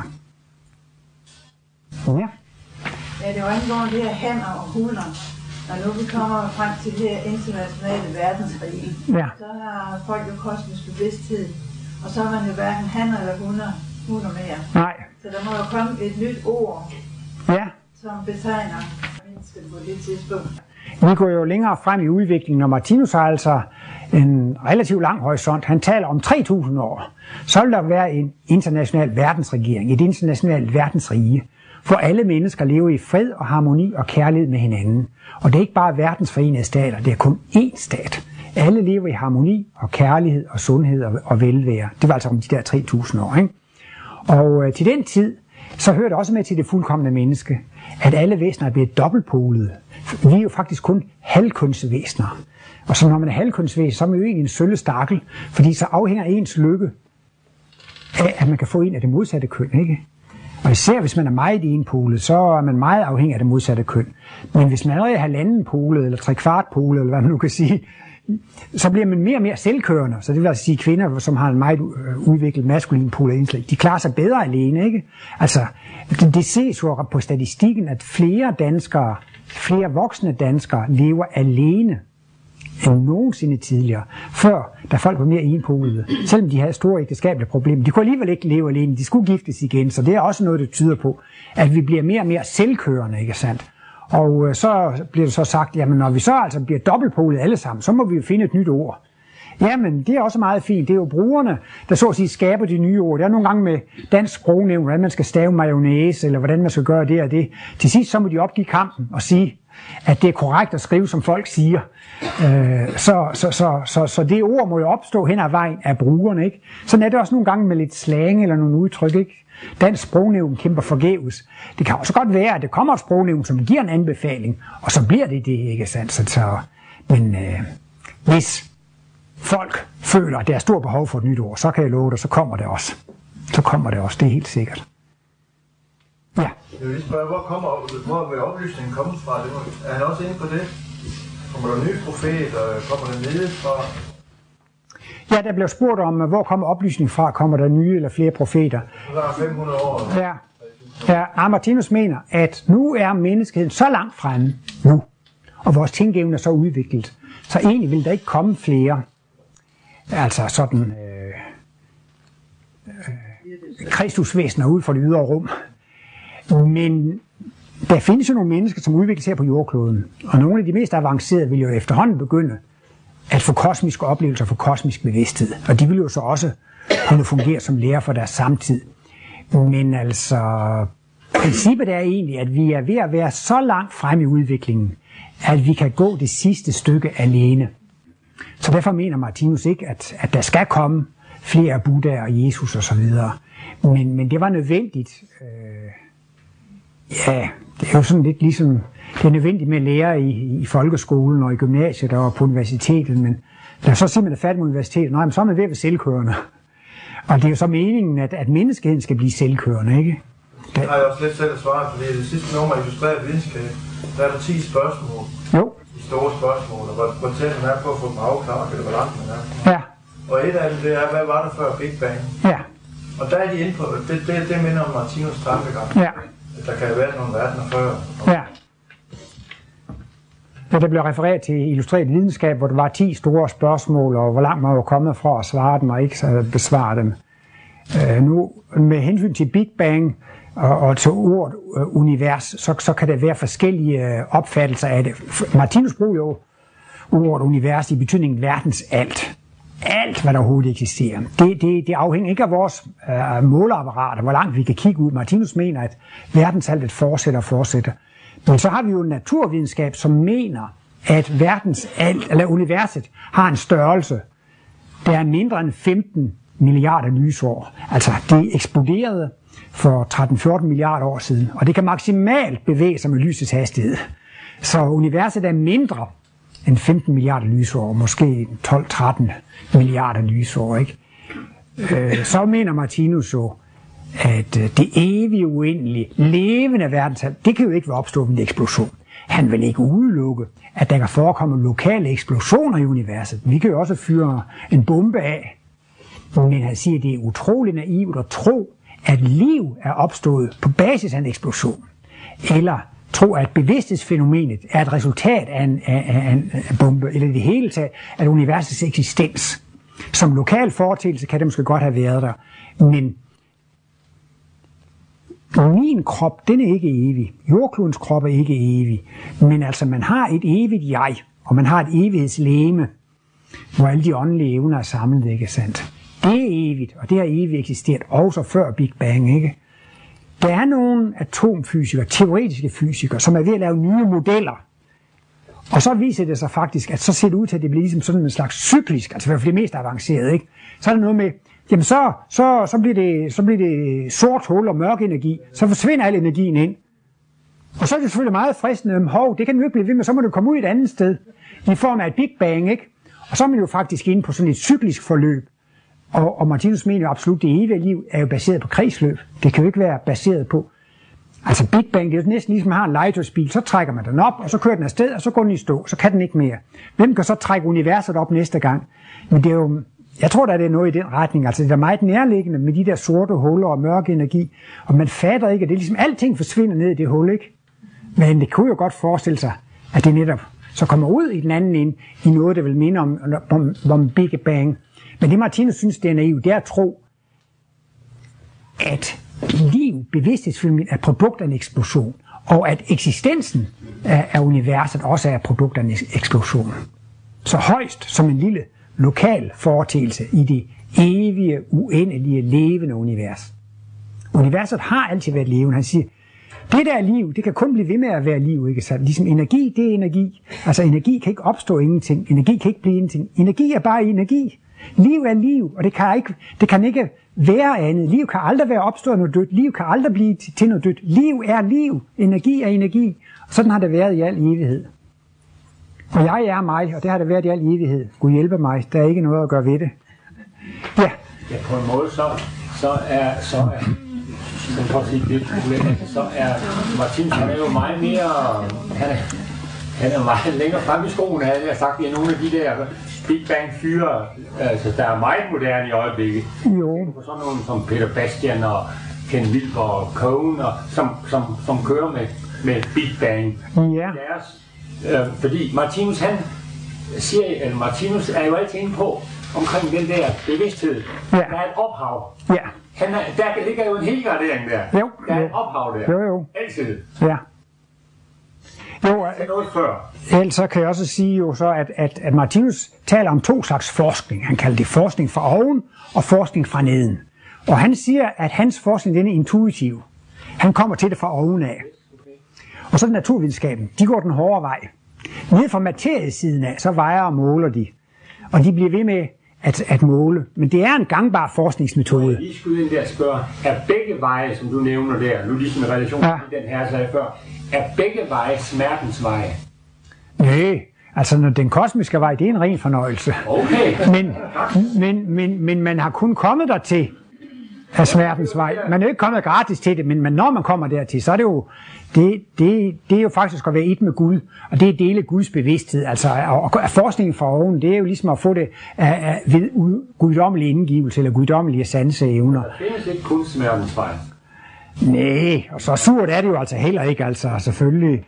S3: Ja.
S8: Ja, det var angående det her hanner og hunder. Når nu vi kommer frem til det her internationale verdensrige, ja. Så har folk jo kosmisk bevidsthed, og så har man jo hverken hanner eller hunder mere.
S3: Nej.
S8: Så der må jo komme et nyt ord,
S3: ja.
S8: Som betegner mennesket på det tidspunkt.
S3: Vi går jo længere frem i udviklingen, og Martinus har altså en relativt lang horisont. Han taler om 3.000 år. Så vil der være en international verdensregering, et internationalt verdensrige, hvor alle mennesker lever i fred og harmoni og kærlighed med hinanden. Og det er ikke bare verdensforenede stater, det er kun én stat. Alle lever i harmoni og kærlighed og sundhed og velvære. Det var altså om de der 3.000 år, ikke? Og til den tid, så hører det også med til det fuldkomne menneske, at alle væsener er blevet dobbeltpolede. Vi er jo faktisk kun halvkønsvæsener. Og så når man er halvkønsvæsen, så er man jo ikke en sølle stakkel, fordi så afhænger ens lykke af, at man kan få en af det modsatte køn, ikke? Og især hvis man er meget enpolet, så er man meget afhængig af det modsatte køn. Men hvis man allerede er halvandenpolet, eller trekvartpolet, eller hvad man nu kan sige, så bliver man mere og mere selvkørende. Så det vil altså sige, kvinder, som har en meget udviklet maskulin polet indslag, de klarer sig bedre alene, ikke? Altså, det ses jo på statistikken, at flere voksne danskere lever alene end nogensinde tidligere, før da folk var mere enpolede. Selvom de havde store ægteskabelige problemer. De kunne alligevel ikke leve alene, de skulle giftes igen, så det er også noget, der tyder på, at vi bliver mere og mere selvkørende, ikke sandt? Og så bliver det så sagt, jamen når vi så altså bliver dobbeltpolet alle sammen, så må vi jo finde et nyt ord. Jamen, det er også meget fint. Det er jo brugerne, der så at sige skaber de nye ord. Det er nogle gange med dansk sprognævn, hvordan man skal stave mayonnaise, eller hvordan man skal gøre det og det. Til sidst så må de opgive kampen og sige, at det er korrekt at skrive, som folk siger. Så det ord må jo opstå hen ad vejen af brugerne, ikke? Sådan er det også nogle gange med lidt slang eller nogle udtryk, ikke? Dansk Sprognævn kæmper forgæves. Det kan også godt være, at det kommer et sprognævn, som giver en anbefaling, og så bliver det ikke sandt. Men hvis folk føler, at der er stort behov for et nyt ord, så kan jeg love dig, så kommer det også. Det er helt sikkert. Ja.
S6: Jeg vil lige spørge, hvor vil oplysningen komme fra? Er han også inde på det? Kommer der nye profeter? Kommer der nedefra?
S3: Ja, der blev spurgt om, hvor kommer oplysningen fra? Kommer der nye eller flere profeter?
S6: Der er 500 år.
S3: Ja, Martinus mener, at nu er menneskeheden så langt fremme nu, og vores tænkeevne er så udviklet, så egentlig vil der ikke komme flere, altså sådan kristusvæsener ude for det ydre rum. Men der findes jo nogle mennesker, som udvikles her på jordkloden, og nogle af de mest avancerede vil jo efterhånden begynde at få kosmiske oplevelser, få kosmisk bevidsthed. Og de vil jo så også kunne fungere som lærer for deres samtid. Men altså, princippet er egentlig, at vi er ved at være så langt frem i udviklingen, at vi kan gå det sidste stykke alene. Så derfor mener Martinus ikke, at der skal komme flere Buddha og Jesus osv. Men det var nødvendigt. Ja, det er jo sådan lidt ligesom, det er nødvendigt med at lære i folkeskolen og i gymnasiet og på universitetet, men lad os så sige, at man er færdig med universitetet, men så er man ved at være selvkørende. Og det er jo så meningen, at menneskeheden skal blive selvkørende, ikke?
S6: Det har jeg også lidt selv at svare, fordi i det sidste nummer illustreret videnskab, der er der 10 spørgsmål.
S3: Jo.
S6: De store spørgsmål, og hvor tæt man er på at få dem afklaret, eller hvor langt man er.
S3: Ja.
S6: Og et af dem, det er, hvad var der før Big Bang?
S3: Ja.
S6: Og der er de inde på, det minder om Martinus tankegang.
S3: Ja.
S6: Der kan jo være nogle verdener før.
S3: Ja. Ja, der blev refereret til illustreret videnskab, hvor der var 10 store spørgsmål, og hvor langt man var kommet fra at svare dem og ikke besvare dem. Nu, med hensyn til Big Bang og til ordet univers, så kan der være forskellige opfattelser af det. Martinus bruger jo ordet univers i betydningen verdens alt. Alt, hvad der overhovedet eksisterer. Det afhænger ikke af vores måleapparater, hvor langt vi kan kigge ud. Martinus mener, at verdensaltet fortsætter. Men så har vi jo en naturvidenskab, som mener, at verdensalt, eller universet, har en størrelse, der er mindre end 15 milliarder lysår. Altså, det eksploderede for 13-14 milliarder år siden, og det kan maksimalt bevæge sig med lysets hastighed. Så universet er mindre end 15 milliarder lysår, måske 12-13 milliarder lysår, ikke? Så mener Martinus jo, at det evige, uendelige, levende verdensal, det kan jo ikke være opstået med en eksplosion. Han vil ikke udelukke, at der kan forekomme lokale eksplosioner i universet. Vi kan jo også fyre en bombe af. Men han siger, at det er utroligt naivt at tro, at liv er opstået på basis af en eksplosion. Eller tro, at bevidsthedsfænomenet er et resultat af en bombe, eller i det hele taget af universets eksistens. Som lokal foreteelse kan det måske godt have været der, men min krop, den er ikke evig. Jordklodens krop er ikke evig. Men altså, man har et evigt jeg, og man har et evighedslegeme, hvor alle de åndelige evner er samlet, ikke sandt? Det er evigt, og det har evigt eksisteret, også før Big Bang, ikke? Der er nogle atomfysikere, teoretiske fysikere, som er ved at lave nye modeller. Og så viser det sig faktisk, at så ser det ud til, at det bliver ligesom sådan en slags cyklisk, altså i hvert fald det mest avancerede, ikke? Så er der noget med, jamen så bliver det sort hul og mørk energi, så forsvinder al energien ind. Og så er det selvfølgelig meget fristende, det kan vi jo ikke blive ved med, så må det komme ud et andet sted, i form af et Big Bang, ikke? Og så er man jo faktisk inde på sådan et cyklisk forløb. Og Martinus mener jo absolut, at det evige liv er jo baseret på kredsløb. Det kan jo ikke være baseret på. Altså Big Bang, det er jo næsten ligesom at man har en legetøjsbil, så trækker man den op, og så kører den afsted, og så går den i stå, så kan den ikke mere. Hvem kan så trække universet op næste gang? Men det er jo, jeg tror da, det er noget i den retning. Altså det er meget nærliggende med de der sorte huller og mørk energi, og man fatter ikke, at det er ligesom alting forsvinder ned i det hul, ikke? Men det kunne jo godt forestille sig, at det netop så kommer ud i den anden ende, i noget, der vil minde om Big Bang. Men det Martinus synes, det er naivt, det er at tro, at liv, bevidsthedsfænomen, er produkt af en eksplosion, og at eksistensen af universet også er produkt af en eksplosion. Så højst som en lille lokal foreteelse i det evige, uendelige, levende univers. Universet har altid været levende. Han siger, Det der er liv, det kan kun blive ved med at være liv, ikke sandt? Ligesom energi, det er energi. Altså energi kan ikke opstå ingenting. Energi kan ikke blive ingenting. Energi er bare energi. Liv er liv, og det kan ikke være andet. Liv kan aldrig være opstået noget dødt. Liv kan aldrig blive til noget dødt. Liv er liv. Energi er energi. Og sådan har det været i al evighed. Og jeg er mig, og det har det været i al evighed. Gud hjælpe mig. Der er ikke noget at gøre ved det. Ja.
S5: Ja, på en måde så er Martinus, han er jo meget mere, han er meget længere frem i skoene, havde jeg sagt, i nogle af de der Big Bang fyre, altså der er meget moderne i øjeblikket.
S3: Jo.
S5: På sådan nogle som Peter Bastian og Ken Wilber og Cohen, og som kører med Big Bang.
S3: Ja.
S5: Fordi Martinus, Martinus er jo altid inde på, omkring den der bevidsthed. Ja. Der er et ophav.
S3: Ja.
S5: Der ligger jo en helgardering der.
S3: Jo.
S5: Der er et ophav der.
S3: Jo.
S5: Altid.
S3: Ja. Jo,
S5: noget før.
S3: Ellers så kan jeg også sige jo så, at Martinus taler om to slags forskning. Han kalder det forskning fra oven og forskning fra neden. Og han siger, at hans forskning den er intuitiv. Han kommer til det fra ovenaf. Og så naturvidenskaben, de går den hårde vej. Nede fra materiesiden af, så vejer og måler de. Og de bliver ved med at måle. Men det er en gangbar forskningsmetode.
S5: Jeg lige skulle ind der spørge, er begge veje, som du nævner der, nu ligesom i relation til den her sagde før, er begge veje smertens veje?
S3: Nej, altså når den kosmiske vej, det er en ren fornøjelse.
S5: Okay.
S3: Men man har kun kommet der til af smertens vej. Man er jo ikke kommet gratis til det, men når man kommer dertil, så er det jo det er jo faktisk at være et med Gud, og det er dele Guds bevidsthed. Altså og forskningen fra oven, det er jo ligesom at få det ved guddommelig indgivelse eller guddommelige sanseevner.
S5: Der findes ikke kun smertens vej.
S3: Nej, og så surt er det jo altså heller ikke, altså selvfølgelig.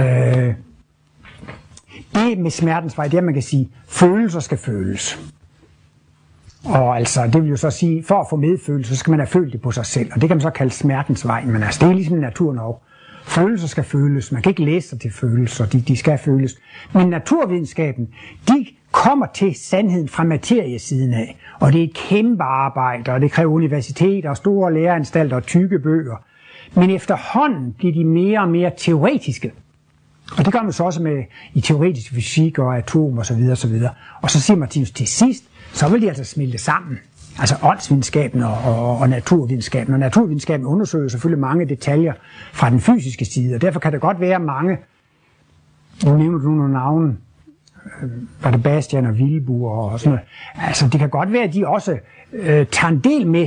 S3: Det med smertens vej, det er, man kan sige, følelser skal føles. Og altså, det vil jo så sige, for at få medfølelse, så skal man have følt det på sig selv, og det kan man så kalde smertens vej, men altså, det er ligesom naturen også. Følelser skal føles, man kan ikke læse sig til følelser, de skal føles. Men naturvidenskaben, de kommer til sandheden fra materiesiden af, og det er et kæmpe arbejde, og det kræver universiteter, store læreanstalter og tykke bøger. Men efterhånden bliver de mere og mere teoretiske. Og det gør man så også i teoretisk fysik og atom og så videre, og så videre. Og så siger Martinus til sidst, så vil de altså smelte sammen. Altså åndsvidenskaben og naturvidenskaben. Og naturvidenskaben undersøger selvfølgelig mange detaljer fra den fysiske side, og derfor kan det godt være mange, nu nævner du nogle navne, var det Bastian og Wilbur og sådan noget. Altså det kan godt være, at de også tager en del med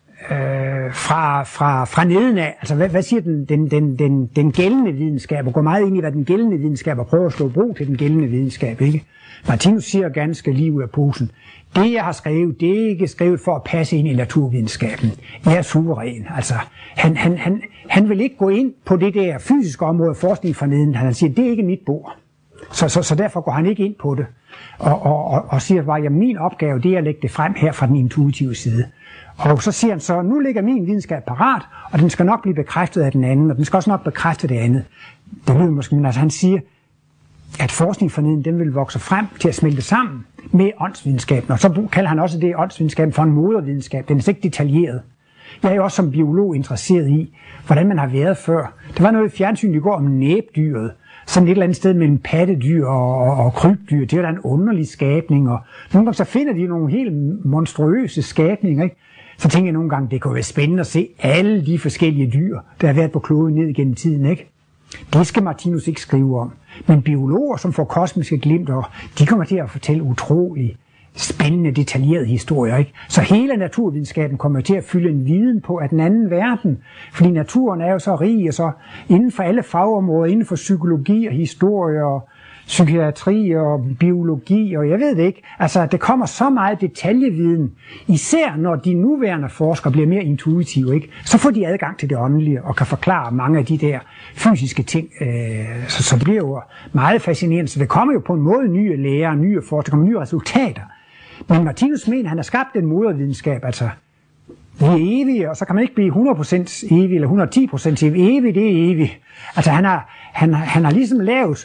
S3: fra neden af. Altså hvad siger den gældende videnskab, og går meget ind i, hvad den gældende videnskab, og prøver at slå brug til den gældende videnskab, ikke? Martinus siger ganske lige ud af posen. Det, jeg har skrevet, det er ikke skrevet for at passe ind i naturvidenskaben. Jeg er suveræn. Altså, han vil ikke gå ind på det der fysiske område, forskning fra neden. Han siger, det er ikke mit bord. Så derfor går han ikke ind på det. Og siger bare, at min opgave, det er at lægge det frem her fra den intuitive side. Og så siger han så, nu ligger min videnskab parat, og den skal nok blive bekræftet af den anden, og den skal også nok bekræfte det andet. Det lyder måske, men altså han siger, at forskning fra neden, den vil vokse frem til at smelte sammen med åndsvidenskaben. Og så kalder han også det åndsvidenskaben for en modervidenskab. Den er ikke detaljeret. Jeg er jo også som biolog interesseret i, hvordan man har været før. Der var noget i fjernsynet i går om næbdyret. Sådan et eller andet sted mellem pattedyr og krybdyr. Det er da en underlig skabning. Og nogle gange så finder de nogle helt monstruøse skabninger, ikke? Så tænker jeg nogle gange, det kunne være spændende at se alle de forskellige dyr, der har været på kloden ned gennem tiden, ikke? Det skal Martinus ikke skrive om. Men biologer, som får kosmiske glimt, de kommer til at fortælle utrolig spændende, detaljerede historier, ikke? Så hele naturvidenskaben kommer til at fylde en viden på af den anden verden. Fordi naturen er jo så rig, og så inden for alle fagområder, inden for psykologi og historie og psykiatri og biologi, og jeg ved det ikke. Altså, det kommer så meget detaljeviden, især når de nuværende forskere bliver mere intuitive, ikke? Så får de adgang til det åndelige og kan forklare mange af de der fysiske ting. Så det bliver jo meget fascinerende. Så det kommer jo på en måde nye lærer, nye forskere, der kommer nye resultater. Men Martinus mener, han har skabt en modervidenskab, altså vi er evige, og så kan man ikke blive 100% evig eller 110% evig. Evig, det er evigt. Altså han har ligesom lavet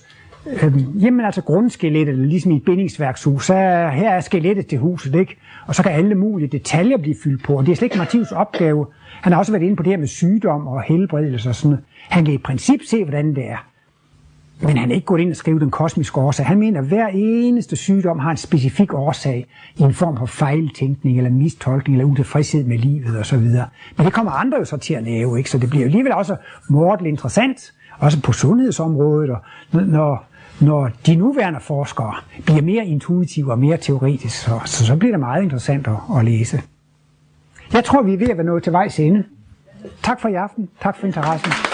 S3: Jamen altså grundskelettet, ligesom i et bindingsværkshus, så her er skelettet til huset, ikke? Og så kan alle mulige detaljer blive fyldt på, og det er slet ikke Martinus' opgave. Han har også været inde på det her med sygdom og helbredelse og sådan noget. Han kan i princip se, hvordan det er. Men han er ikke gået ind og skrive den kosmiske årsag. Han mener, at hver eneste sygdom har en specifik årsag i en form for fejltænkning eller mistolkning eller utilfredshed med livet osv. Men det kommer andre jo så til at lave, ikke? Så det bliver jo alligevel også mordeligt interessant, også på sundhedsområdet, og når de nuværende forskere bliver mere intuitive og mere teoretiske, så bliver det meget interessant at læse. Jeg tror, vi er ved at være nået til vejs ende. Tak for i aften. Tak for interessen.